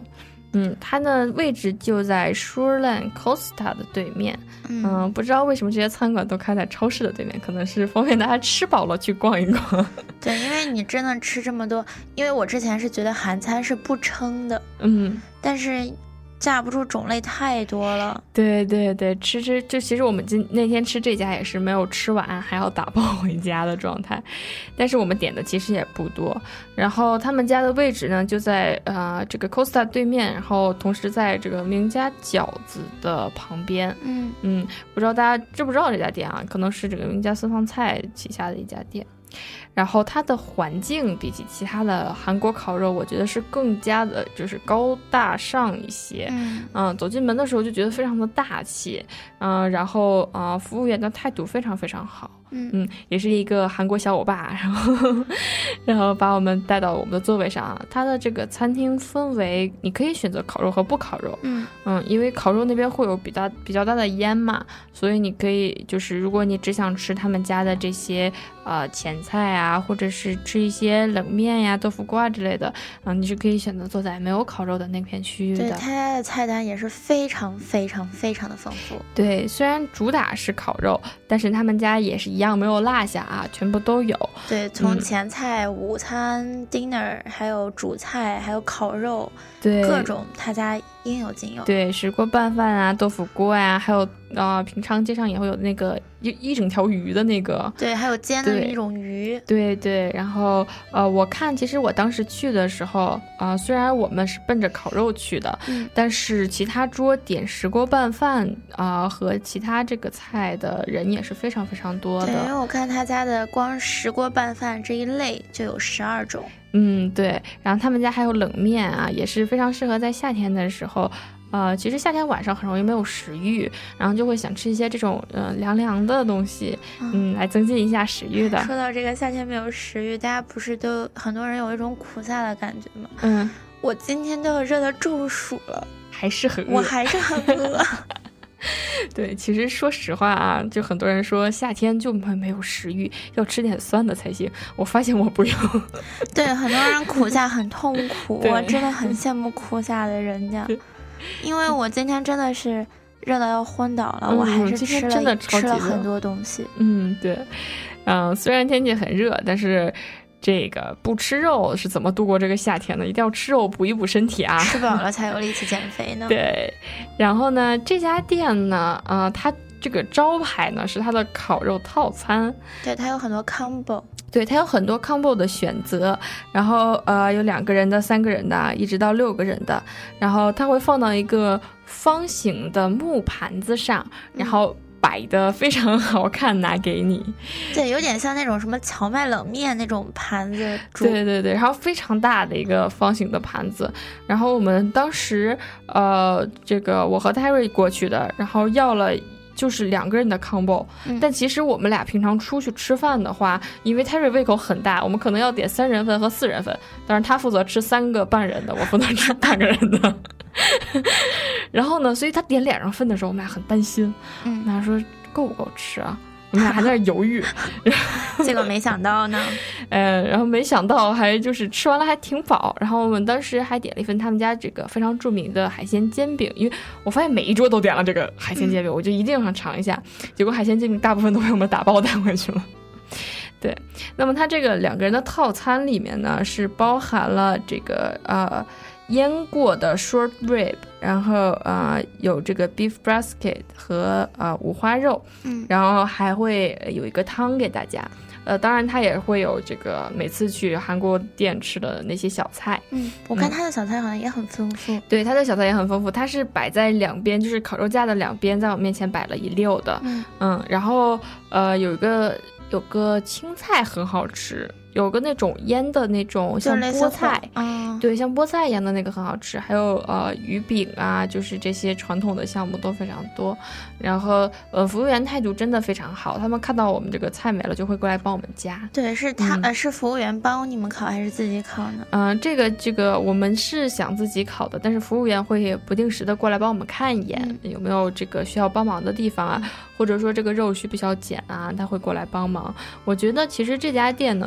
嗯，它的位置就在 Shoreline Costa 的对面。嗯、呃，不知道为什么这些餐馆都开在超市的对面，可能是方便大家吃饱了去逛一逛。 对，因为你真的吃这么多，因为我之前是觉得韩餐是不撑的， 嗯， 但是架不住种类太多了。 对对对，吃吃就其实我们今那天吃这家也是没有吃完还要打包回家的状态，但是我们点的其实也不多。然后他们家的位置呢就在呃这个 Costa 对面，然后同时在这个名家饺子的旁边。 嗯嗯，不知道大家知不知道这家店啊？可能是这个名家私房菜旗下的一家店。然后它的环境比起其他的韩国烤肉，我觉得是更加的就是高大上一些。 嗯、 呃、走进门的时候就觉得非常的大气。嗯、呃，然后啊、呃，服务员的态度非常非常好。 嗯嗯，也是一个韩国小欧巴，然后然后把我们带到我们的座位上啊。它的这个餐厅分为，你可以选择烤肉和不烤肉。 嗯嗯，因为烤肉那边会有比较比较大的烟嘛，所以你可以就是如果你只想吃他们家的这些呃前菜啊，或者是吃一些冷面呀、豆腐瓜之类的，嗯、呃，你是可以选择坐在没有烤肉的那片区域的。 对，他家的菜单也是非常非常非常的丰富。 对，虽然主打是烤肉，但是他们家也是一样没有落下啊，全部都有。 对，从前菜、嗯、午餐、dinner， 还有主菜，还有烤肉， 对， 各种他家应有尽有。 对，石锅拌饭啊，豆腐锅呀、啊，还有啊、呃，平常街上也会有那个一一整条鱼的那个。 对，还有煎的那种鱼。 对对，然后呃，我看其实我当时去的时候啊、呃，虽然我们是奔着烤肉去的， 嗯， 但是其他桌点石锅拌饭啊、呃、和其他这个菜的人也是非常非常多的。 对，因为我看他家的光石锅拌饭这一类就有十二种。 嗯，对，然后他们家还有冷面啊，也是非常适合在夏天的时候。呃，其实夏天晚上很容易没有食欲，然后就会想吃一些这种呃凉凉的东西，嗯，来增进一下食欲的。 说到这个夏天没有食欲，大家不是都很多人有一种苦夏的感觉吗？ 嗯， 我今天都要热到中暑了， 还是很饿， 我还是很饿。 对，其实说实话啊，就很多人说夏天就没有食欲，要吃点酸的才行。我发现我不用。 对，很多人苦夏很痛苦，我真的很羡慕苦夏的人家。因为我今天真的是热到要昏倒了， 嗯、 我还是吃了真的超级吃了很多东西。 嗯，对，嗯，虽然天气很热，但是这个不吃肉是怎么度过这个夏天的？一定要吃肉补一补身体啊！ 吃饱了才有力气减肥呢。 对，然后呢，这家店呢，呃，它这个招牌呢是它的烤肉套餐， 对，它有很多 combo。 对，它有很多 combo 的选择，然后呃有两个人的、三个人的，一直到六个人的，然后它会放到一个方形的木盘子上，然后摆得非常好看，拿给你。 对，有点像那种什么荞麦冷面那种盘子。 对对对，然后非常大的一个方形的盘子，然后我们当时呃这个我和泰瑞过去的，然后要了。就是两个人的 combo，、嗯、但其实我们俩平常出去吃饭的话，因为泰瑞胃口很大，我们可能要点三人份和四人份，但是他负责吃三个半人的，我负责吃半个人的。然后呢，所以他点两人份的时候，我们俩很担心， 嗯， 他说够不够吃啊？我们俩还在那犹豫， 结果没想到呢， 呃，然后没想到还就是吃完了还挺饱，然后我们当时还点了一份他们家这个非常著名的海鲜煎饼，因为我发现每一桌都点了这个海鲜煎饼，嗯、我就一定想尝一下，结果海鲜煎饼大部分都被我们打包带回去了。对，那么它这个两个人的套餐里面呢，是包含了这个呃腌过的 short rib， 然后呃有这个 beef brisket 和呃五花肉， 嗯， 然后还会有一个汤给大家。呃，当然它也会有这个每次去韩国店吃的那些小菜。 嗯，我看它的小菜好像也很丰富。 嗯、对，它的小菜也很丰富，它是摆在两边，就是烤肉架的两边，在我面前摆了一溜的。 嗯嗯，然后呃有一个有个青菜很好吃。有个那种腌的那种像菠菜， 嗯， 对，像菠菜一样的那个很好吃，还有呃鱼饼啊，就是这些传统的项目都非常多。然后呃服务员态度真的非常好，他们看到我们这个菜没了就会过来帮我们夹。 对，是他、 嗯、 呃是服务员帮你们烤还是自己烤呢？ 嗯、呃，这个这个我们是想自己烤的，但是服务员会不定时的过来帮我们看一眼、嗯、有没有这个需要帮忙的地方啊、嗯，或者说这个肉需不需要剪啊，他会过来帮忙。我觉得其实这家店呢，对于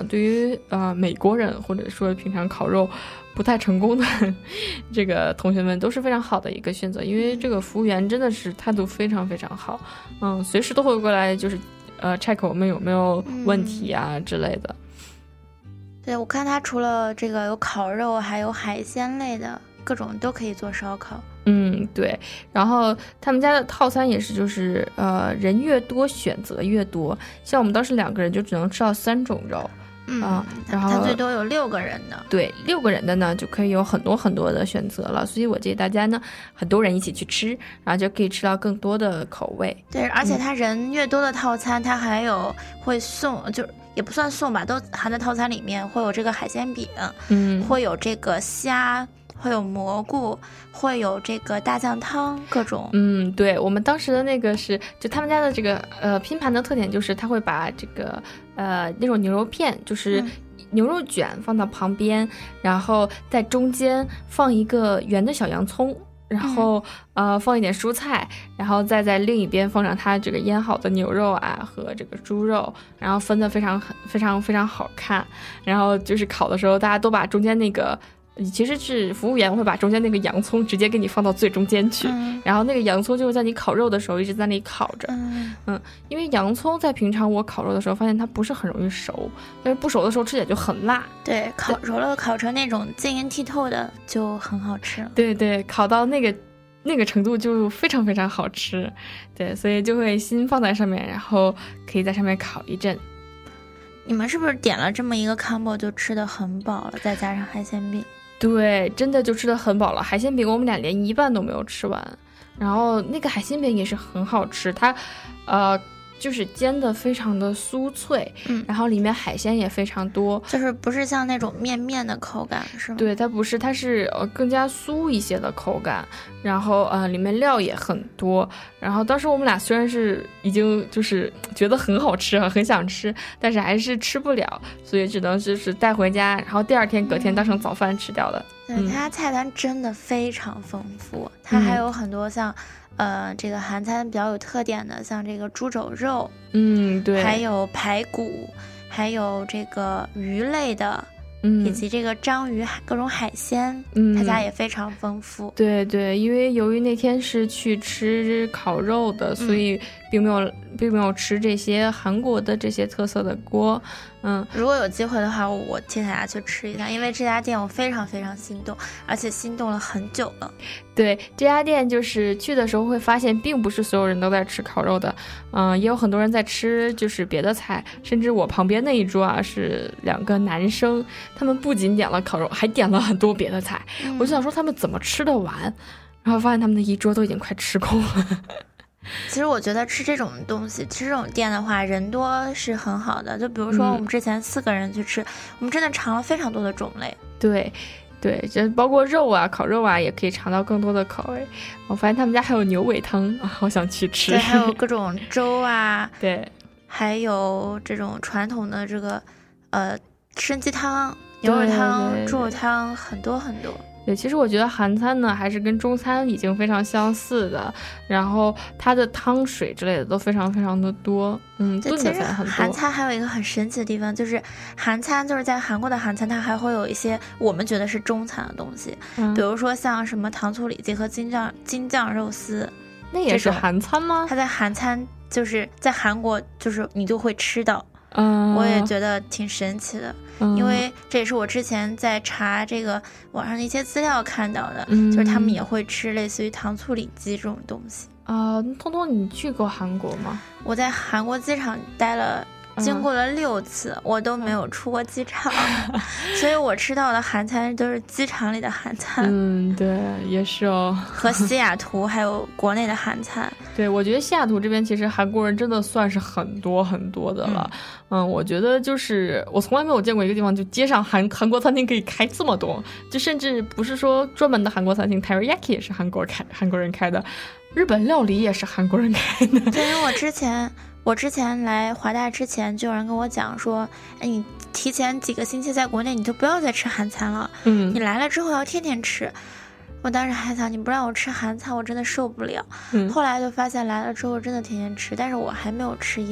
于呃美国人或者说平常烤肉不太成功的这个同学们都是非常好的一个选择，因为这个服务员真的是态度非常非常好，嗯，随时都会过来就是呃 check 我们有没有问题啊、嗯、之类的。 对，我看他除了这个有烤肉，还有海鲜类的各种都可以做烧烤。 嗯，对，然后他们家的套餐也是，就是呃，人越多选择越多。像我们当时两个人就只能吃到三种肉， 嗯， 啊、然后他最多有六个人的， 对，六个人的呢就可以有很多很多的选择了。所以我建议大家呢，很多人一起去吃，然后就可以吃到更多的口味。 对，而且他人越多的套餐，他还有会送，就也不算送吧，都含在套餐里面，会有这个海鲜饼， 嗯， 会有这个虾。会有蘑菇，会有这个大酱汤，各种。 嗯，对，我们当时的那个是，就他们家的这个呃拼盘的特点就是，他会把这个呃那种牛肉片，就是牛肉卷放到旁边，嗯、然后在中间放一个圆的小洋葱。然后、嗯、呃放一点蔬菜，然后再在另一边放上它这个腌好的牛肉啊和这个猪肉，然后分得非常非常非常好看。然后就是烤的时候，大家都把中间那个。其实是服务员会把中间那个洋葱直接给你放到最中间去、嗯、然后那个洋葱就会在你烤肉的时候一直在那里烤着。嗯, 嗯因为洋葱在平常我烤肉的时候发现它不是很容易熟，但是不熟的时候吃起来就很辣。 对，烤熟了烤成那种晶莹剔透的就很好吃了。 对对，烤到那个那个程度就非常非常好吃。对，所以就会先放在上面，然后可以在上面烤一阵。 你们是不是点了这么一个 combo 就吃得很饱了，再加上海鲜饼？ 对，真的就吃得很饱了。海鲜饼我们俩连一半都没有吃完，然后那个海鲜饼也是很好吃，它呃就是煎的非常的酥脆， 嗯， 然后里面海鲜也非常多， 就是不是像那种面面的口感是吗？ 对，它不是，它是呃更加酥一些的口感，然后呃里面料也很多。然后当时我们俩虽然是已经就是觉得很好吃啊，很想吃，但是还是吃不了，所以只能就是带回家，然后第二天隔天当成早饭吃掉的。 对，嗯、它菜单真的非常丰富，它还有很多像。嗯呃，这个韩餐比较有特点的，像这个猪肘肉， 嗯，对， 还有排骨，还有这个鱼类的， 嗯， 以及这个章鱼各种海鲜， 嗯， 他家也非常丰富。 对对，因为由于那天是去吃烤肉的，所以并没有、嗯、并没有吃这些韩国的这些特色的锅。嗯， 如果有机会的话，我请大家去吃一下，因为这家店我非常非常心动，而且心动了很久了。 对，这家店就是去的时候会发现，并不是所有人都在吃烤肉的，嗯、呃，也有很多人在吃就是别的菜，甚至我旁边那一桌啊是两个男生，他们不仅点了烤肉，还点了很多别的菜，嗯、我就想说他们怎么吃得完，然后发现他们的一桌都已经快吃空了。 其实我觉得吃这种东西，吃这种店的话，人多是很好的。就比如说我们之前四个人去吃，嗯、我们真的尝了非常多的种类。 对，对，就包括肉啊、烤肉啊，也可以尝到更多的口味。我发现他们家还有牛尾汤啊，好想去吃。 对，还有各种粥啊， 对， 还有这种传统的这个呃参鸡汤、牛肉汤、猪肉汤，很多很多。 对，其实我觉得韩餐呢还是跟中餐已经非常相似的，然后它的汤水之类的都非常非常的多，嗯，炖的菜很多。 韩餐还有一个很神奇的地方，就是韩餐就是在韩国的韩餐，它还会有一些我们觉得是中餐的东西，嗯、比如说像什么糖醋里脊和京酱京酱肉丝， 那也是韩餐吗？ 它在韩餐就是在韩国就是你就会吃到。 嗯， 我也觉得挺神奇的， 嗯、 因为这也是我之前在查这个网上的一些资料看到的， 嗯、 就是他们也会吃类似于糖醋里脊这种东西。 啊、呃，通通，你去过韩国吗？ 我在韩国机场待了。经过了六次，嗯、我都没有出过机场，所以我吃到的韩餐都是机场里的韩餐。 嗯，对，也是哦。 和西雅图还有国内的韩餐。 对，我觉得西雅图这边其实韩国人真的算是很多很多的了。嗯, 嗯，我觉得就是我从来没有见过一个地方就街上韩韩国餐厅可以开这么多，就甚至不是说专门的韩国餐厅 ，Teriyaki 也是韩国开韩国人开的，日本料理也是韩国人开的。 对，因为我之前。我之前来华大之前，就有人跟我讲说，哎，你提前几个星期在国内，你就不要再吃韩餐了。 嗯， 你来了之后要天天吃。我当时还想，你不让我吃韩餐，我真的受不了。 嗯， 后来就发现来了之后真的天天吃，但是我还没有吃厌，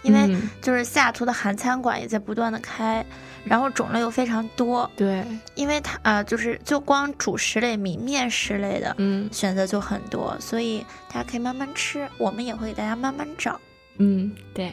因为就是西雅图的韩餐馆也在不断的开，然后种类又非常多。 对， 因为它啊、呃，就是就光主食类、米面食类的， 嗯， 选择就很多，所以大家可以慢慢吃，我们也会给大家慢慢找。 嗯，对。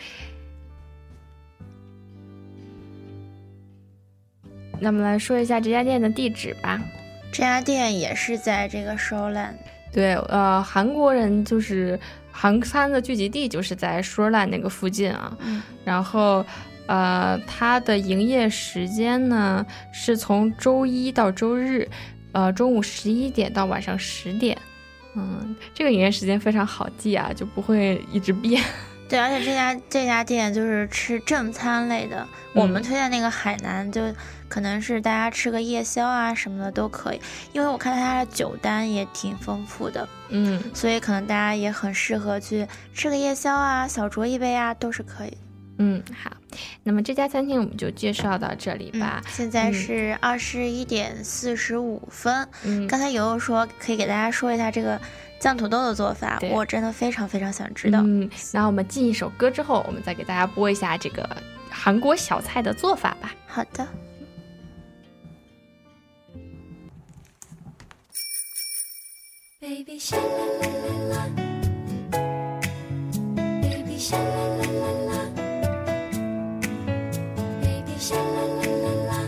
那我们来说一下这家店的地址吧。 这家店也是在这个 Shoreland。 对，呃，韩国人就是韩餐的聚集地，就是在 Shoreland 那个附近啊。 嗯。 然后，呃，它的营业时间呢是从周一到周日，呃，中午十一点到晚上十点。嗯，这个营业时间非常好记啊，就不会一直变。 对，而且这家这家店就是吃正餐类的， 嗯、 我们推荐那个海南就可能是大家吃个夜宵啊什么的都可以，因为我看它的酒单也挺丰富的， 嗯， 所以可能大家也很适合去吃个夜宵啊，小酌一杯啊，都是可以的。 嗯，好，那么这家餐厅我们就介绍到这里吧。 嗯、现在是二十一点四十五分。 嗯， 刚才悠悠说可以给大家说一下这个酱土豆的做法，我真的非常非常想知道。 嗯，那我们进一首歌之后，我们再给大家播一下这个韩国小菜的做法吧。 好的。Baby sha la la la la Baby sha la la la la Baby sha la la la la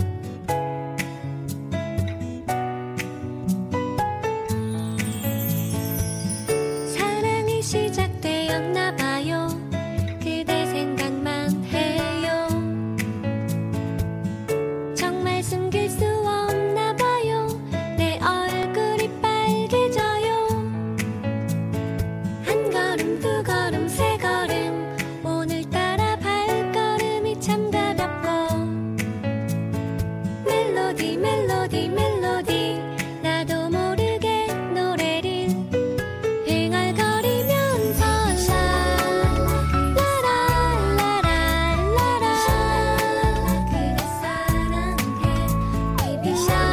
사랑이 시작되었나 봐요 그대 생각만 해요 정말 숨길 수 없나 봐요 내 얼굴이 빨개져요 한 걸음 두 걸음 세 걸음 오늘따라 발걸음이 참 가볍고 멜로디 멜로디 멜로디 나도 모르게 노래를 흥얼거리면서 샤라라라라라 그대 사랑해 baby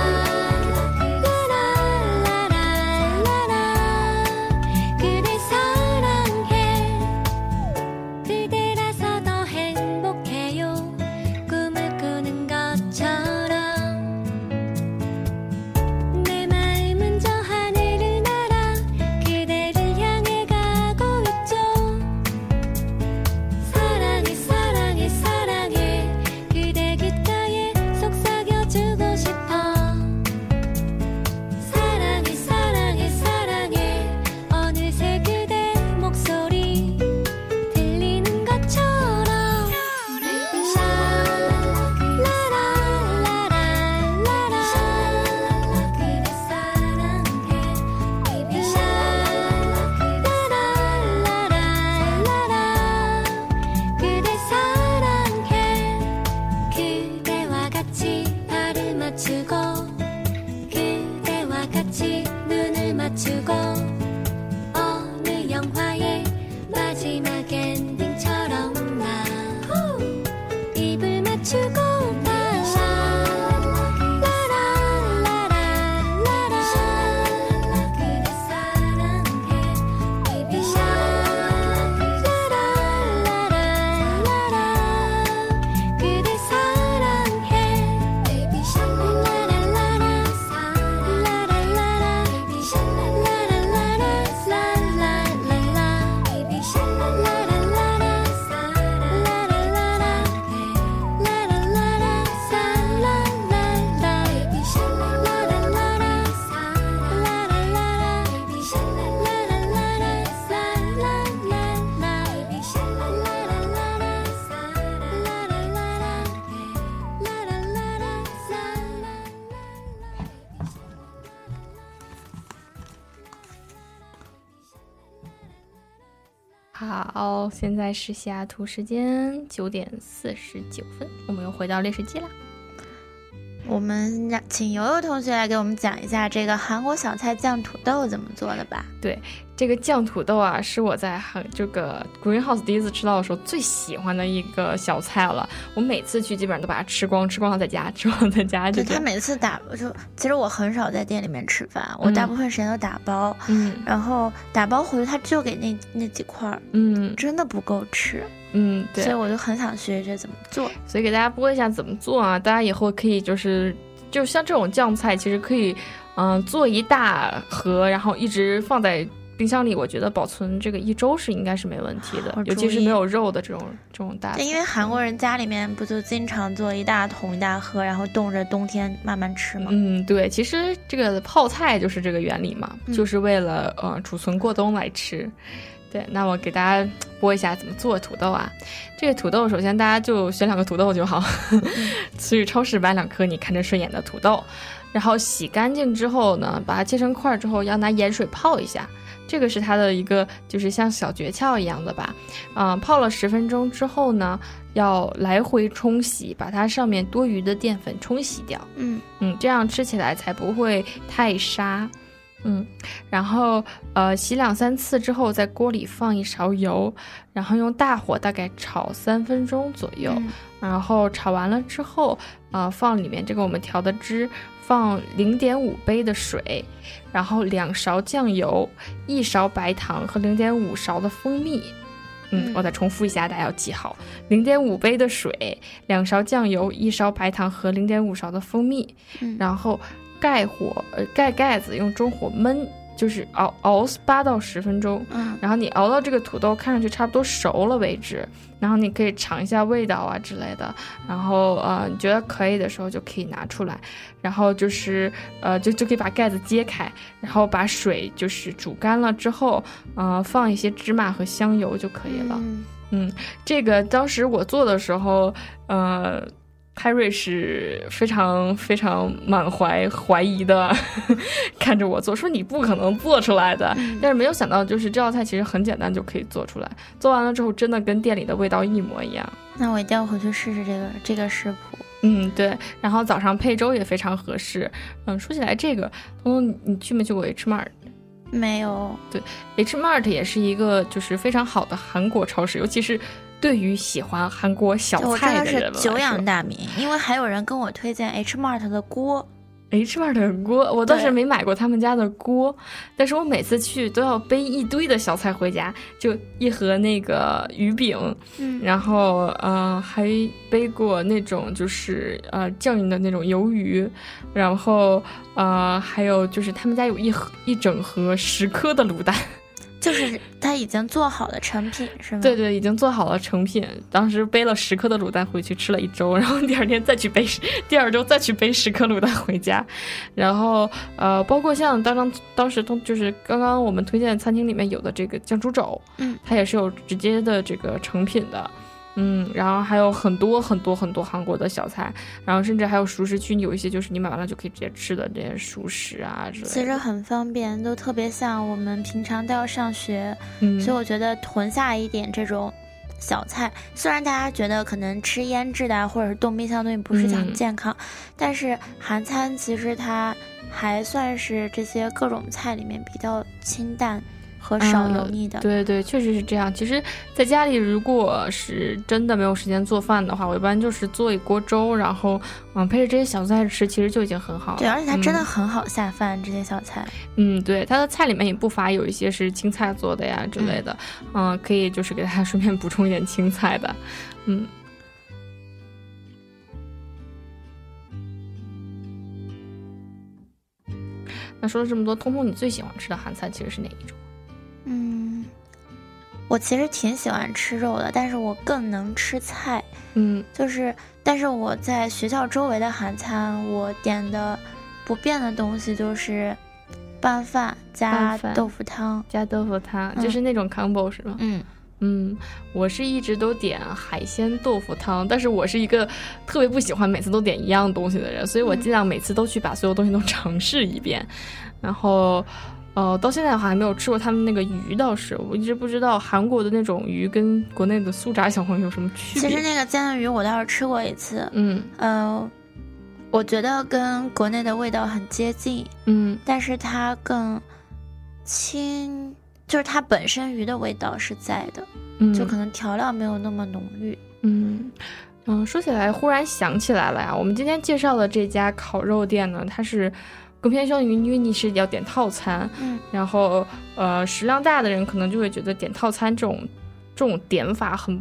샤라라라라라 그대 사랑해 그대라서 더 행복해요 꿈을 꾸는 것처럼 내 마음은 저 하늘을 날아 그대를 향해 가고 있죠 사랑해 사랑해 사랑해 그대 귓가에 속삭여주고 싶어 사랑해 사랑해 사랑해 어느새 그대 목소리 들리는 것처럼 Baby 샤라라라라라 그대 사랑해 Baby 샤라라라라라 그대 사랑해 그대와 같이 발을 맞추고 그대와 같이 눈을 맞추고 어느 영화의 마지막 엔딩처럼 나 입을 맞추고 봐 라라라라라라 그대 사랑해 Baby 샤라라라라라 그대 사랑해 Baby 샤라라라라 라라라라 Baby 샤라라라라 라라라라 Baby 샤라라라라 라라라라 라라라라 사라라라 Baby 샤라라라라 사라라라 Baby 샤라라라라 사라라라 Baby 샤라라라라 사라라라 好，现在是西雅图时间九点四十九分，我们又回到猎食记啦。 我们让请悠悠同学来给我们讲一下这个韩国小菜酱土豆怎么做的吧。 对，这个酱土豆啊，是我在韩这个 Greenhouse 第一次吃到的时候最喜欢的一个小菜了。我每次去基本上都把它吃光，吃光了在家，吃光了在家。 对，他每次打就，其实我很少在店里面吃饭，我大部分时间都打包， 嗯， 然后打包回去他就给那那几块， 嗯， 真的不够吃。 嗯，对， 所以我就很想学学怎么做。 所以给大家播一下怎么做啊，大家以后可以就是就像这种酱菜，其实可以嗯、呃、做一大盒，然后一直放在冰箱里，我觉得保存这个一周是应该是没问题的，尤其是没有肉的这种这种大菜。 因为韩国人家里面不就经常做一大桶一大盒，然后冻着冬天慢慢吃吗？ 嗯，对，其实这个泡菜就是这个原理嘛，嗯、就是为了呃储存过冬来吃。对，那我给大家播一下怎么做土豆啊。这个土豆首先大家就选两个土豆就好，嗯、去超市买两颗你看着顺眼的土豆，然后洗干净之后呢，把它切成块之后要拿盐水泡一下。这个是它的一个就是像小诀窍一样的吧，嗯、呃，泡了十分钟之后呢，要来回冲洗，把它上面多余的淀粉冲洗掉。 嗯嗯，这样吃起来才不会太沙。嗯，然后呃洗两三次之后，在锅里放一勺油，然后用大火大概炒三分钟左右， 嗯、 然后炒完了之后，呃放里面这个我们调的汁。放零点五杯的水，然后两勺酱油，一勺白糖和零点五勺的蜂蜜。嗯，我再重复一下，大家要记好：零点五杯的水，两勺酱油，一勺白糖和零点五勺的蜂蜜。 嗯， 然后盖火，呃，盖盖子，用中火焖。就是熬熬八到十分钟， 嗯， 然后你熬到这个土豆看上去差不多熟了为止，然后你可以尝一下味道啊之类的，然后呃你觉得可以的时候就可以拿出来，然后就是呃就就可以把盖子揭开，然后把水就是煮干了之后，呃放一些芝麻和香油就可以了。 嗯， 嗯，这个当时我做的时候，呃。泰瑞是非常非常满怀怀疑的看着我做，说你不可能做出来的、 嗯、 但是没有想到就是这道菜其实很简单就可以做出来，做完了之后真的跟店里的味道一模一样。 那我一定要回去试试这个这个食谱。 嗯，对，然后早上配粥也非常合适。嗯，说起来这个彤彤你去没去过 H Mart？ 没有。 对， H Mart 也是一个就是非常好的韩国超市，尤其是对于喜欢韩国小菜的人来说， 我真的是久仰大名，因为还有人跟我推荐 H Mart 的锅。 H Mart 的锅，我倒是没买过他们家的锅，但是我每次去都要背一堆的小菜回家，就一盒那个鱼饼， 嗯， 然后呃还背过那种就是呃酱的那种鱿鱼，然后呃还有就是他们家有一盒一整盒十颗的卤蛋。 就是它已经做好的成品是吗？ 对对，已经做好了成品。当时背了十颗的卤蛋回去吃了一周，然后第二天再去背，第二周再去背十颗卤蛋回家。然后呃，包括像当当当时都就是刚刚我们推荐餐厅里面有的这个酱猪肘， 嗯， 它也是有直接的这个成品的。嗯，然后还有很多很多很多韩国的小菜，然后甚至还有熟食区，有一些就是你买完了就可以直接吃的这些熟食啊之类的， 其实很方便，都特别像我们平常都要上学， 嗯， 所以我觉得囤下一点这种小菜，虽然大家觉得可能吃腌制的或者是冻冰箱的东西不是很健康，嗯，但是韩餐其实它还算是这些各种菜里面比较清淡和少油腻的， 嗯，对对，确实是这样。其实在家里如果是真的没有时间做饭的话，我一般就是做一锅粥，然后嗯配着这些小菜吃，其实就已经很好了。 对，而且它真的很好下饭，嗯，这些小菜。 嗯，对，它的菜里面也不乏有一些是青菜做的呀之类的，嗯，嗯可以就是给大家顺便补充一点青菜的，嗯。那说了这么多，通通你最喜欢吃的韩菜其实是哪一种？ 嗯，我其实挺喜欢吃肉的，但是我更能吃菜。 嗯， 就是，但是我在学校周围的韩餐，我点的不变的东西就是拌饭加豆腐汤， 加豆腐汤，嗯，就是那种 combo 是吗？ 嗯嗯，我是一直都点海鲜豆腐汤，但是我是一个特别不喜欢每次都点一样东西的人，所以我尽量每次都去把所有东西都尝试一遍，嗯，然后。呃，到现在的话还没有吃过他们那个鱼，倒是我一直不知道韩国的那种鱼跟国内的酥炸小黄鱼有什么区别。 其实那个煎的鱼我倒是吃过一次， 嗯， 呃，我觉得跟国内的味道很接近， 嗯， 但是它更轻，就是它本身鱼的味道是在的， 嗯， 就可能调料没有那么浓郁， 嗯。嗯，说起来忽然想起来了呀，我们今天介绍的这家烤肉店呢，它是更偏向于因为你是要点套餐， 嗯， 然后呃食量大的人可能就会觉得点套餐这种这种点法很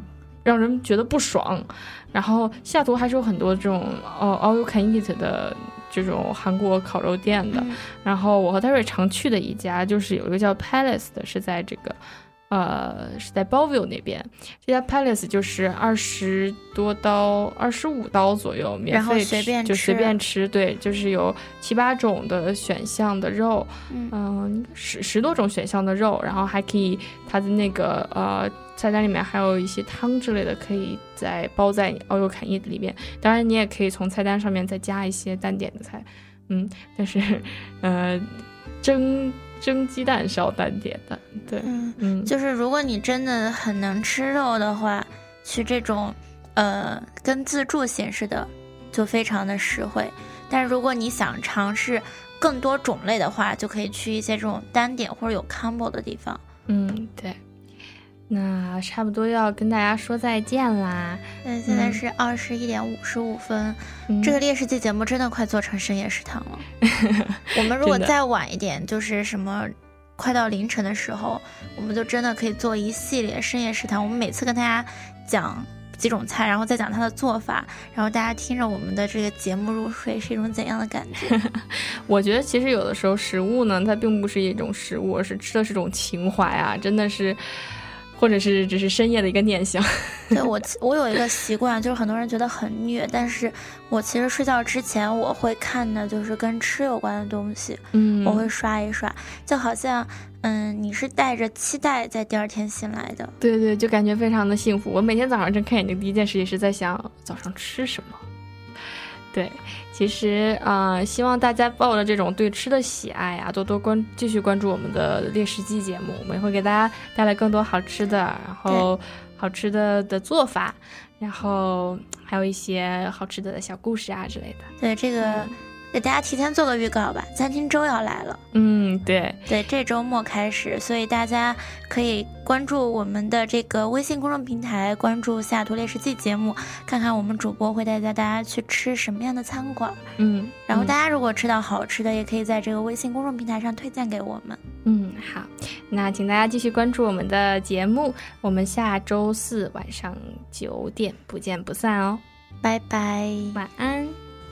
让人觉得不爽。然后西雅图还是有很多这种呃 all you can eat 的这种韩国烤肉店的、嗯、然后我和戴瑞常去的一家就是有一个叫 Palace 的，是在这个呃是在 Bellevue 那边。这家 Palace 就是二十多刀二十五刀左右免费， 然后随便吃就随便吃，对，就是有七八种的选项的肉，嗯、呃、十十多种选项的肉，然后还可以它的那个呃菜单里面还有一些汤之类的，可以再包在 all you can eat 里面。当然你也可以从菜单上面再加一些单点的菜，嗯，但是呃蒸蒸鸡蛋是要单点的，对， 嗯嗯，就是如果你真的很能吃肉的话，去这种呃跟自助形式的就非常的实惠。但如果你想尝试更多种类的话，就可以去一些这种单点或者有 combo 的地方。 嗯，对。那差不多要跟大家说再见啦。 对，现在是二十一点五十五分、嗯，这个猎食记节目真的快做成深夜食堂了。我们如果再晚一点，就是什么快到凌晨的时候，我们就真的可以做一系列深夜食堂。我们每次跟大家讲几种菜，然后再讲它的做法，然后大家听着我们的这个节目入睡，是一种怎样的感觉？ 我觉得其实有的时候食物呢，它并不是一种食物，而是吃的是种情怀啊，真的是。或者是只是深夜的一个念想。 对，我我有一个习惯，就是很多人觉得很虐，但是我其实睡觉之前我会看的就是跟吃有关的东西，嗯，我会刷一刷，就好像嗯你是带着期待在第二天醒来的。 对对，就感觉非常的幸福。我每天早上睁开眼睛第一件事也是在想早上吃什么。对，其实啊、呃，希望大家抱着这种对吃的喜爱啊，多多关继续关注我们的猎食记节目，我们也会给大家带来更多好吃的，然后好吃的的做法，然后还有一些好吃的小故事啊之类的。 对，这个、嗯、给大家提前做个预告吧，餐厅周要来了。 嗯，对对，这周末开始，所以大家可以关注我们的这个微信公众平台，关注西雅图猎食记节目，看看我们主播会带大家去吃什么样的餐馆。 嗯， 然后大家如果吃到好吃的，也可以在这个微信公众平台上推荐给我们。 嗯，好，那请大家继续关注我们的节目，我们下周四晚上九点不见不散哦， 拜拜， 晚安。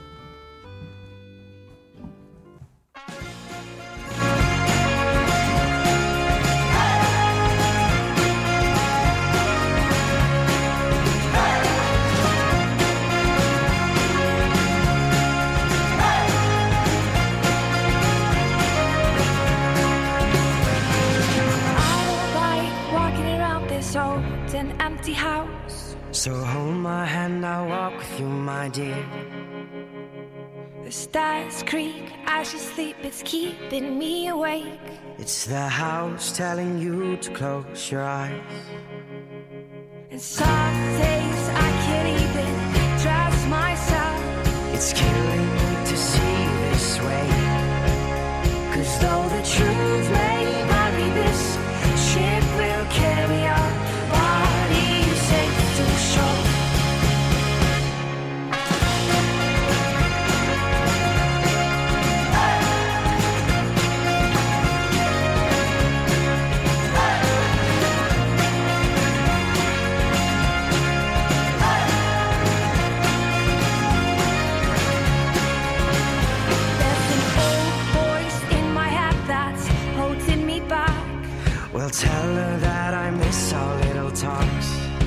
An empty house, so hold my hand, I'll walk with you, my dear. The stars creak as you sleep, it's keeping me awake. It's the house telling you to close your eyes. And some days I can't even trust myself. It's killing me to see this way, 'cause though the truth may vary, this ship will carry on. Well, tell her that I miss our little talks.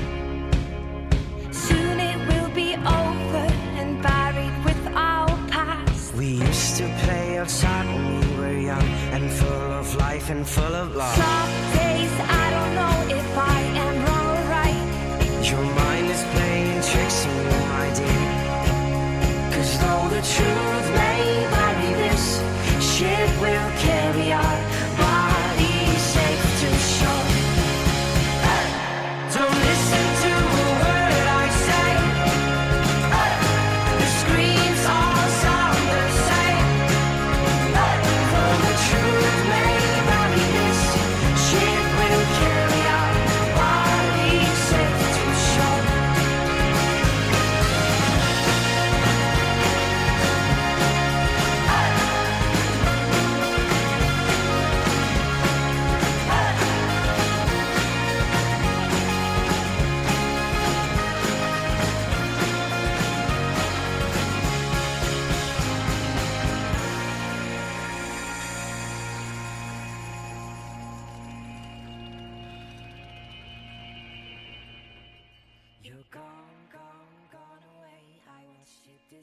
Soon it will be over and buried with our past. We used to play outside when we were young and full of life and full of love. Some days I don't know if I am wrong or right. Your mind is playing tricks on you, my dear, 'cause though the truth may vary, this ship will carry our bodies safe to shore. Don't listen to a word I say. The screams all sound the same. Though the truth may vary, this ship will carry our bodies safe to shore.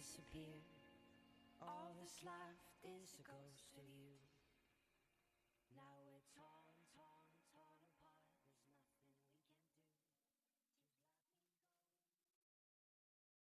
disappear. All that's left is a ghost of you.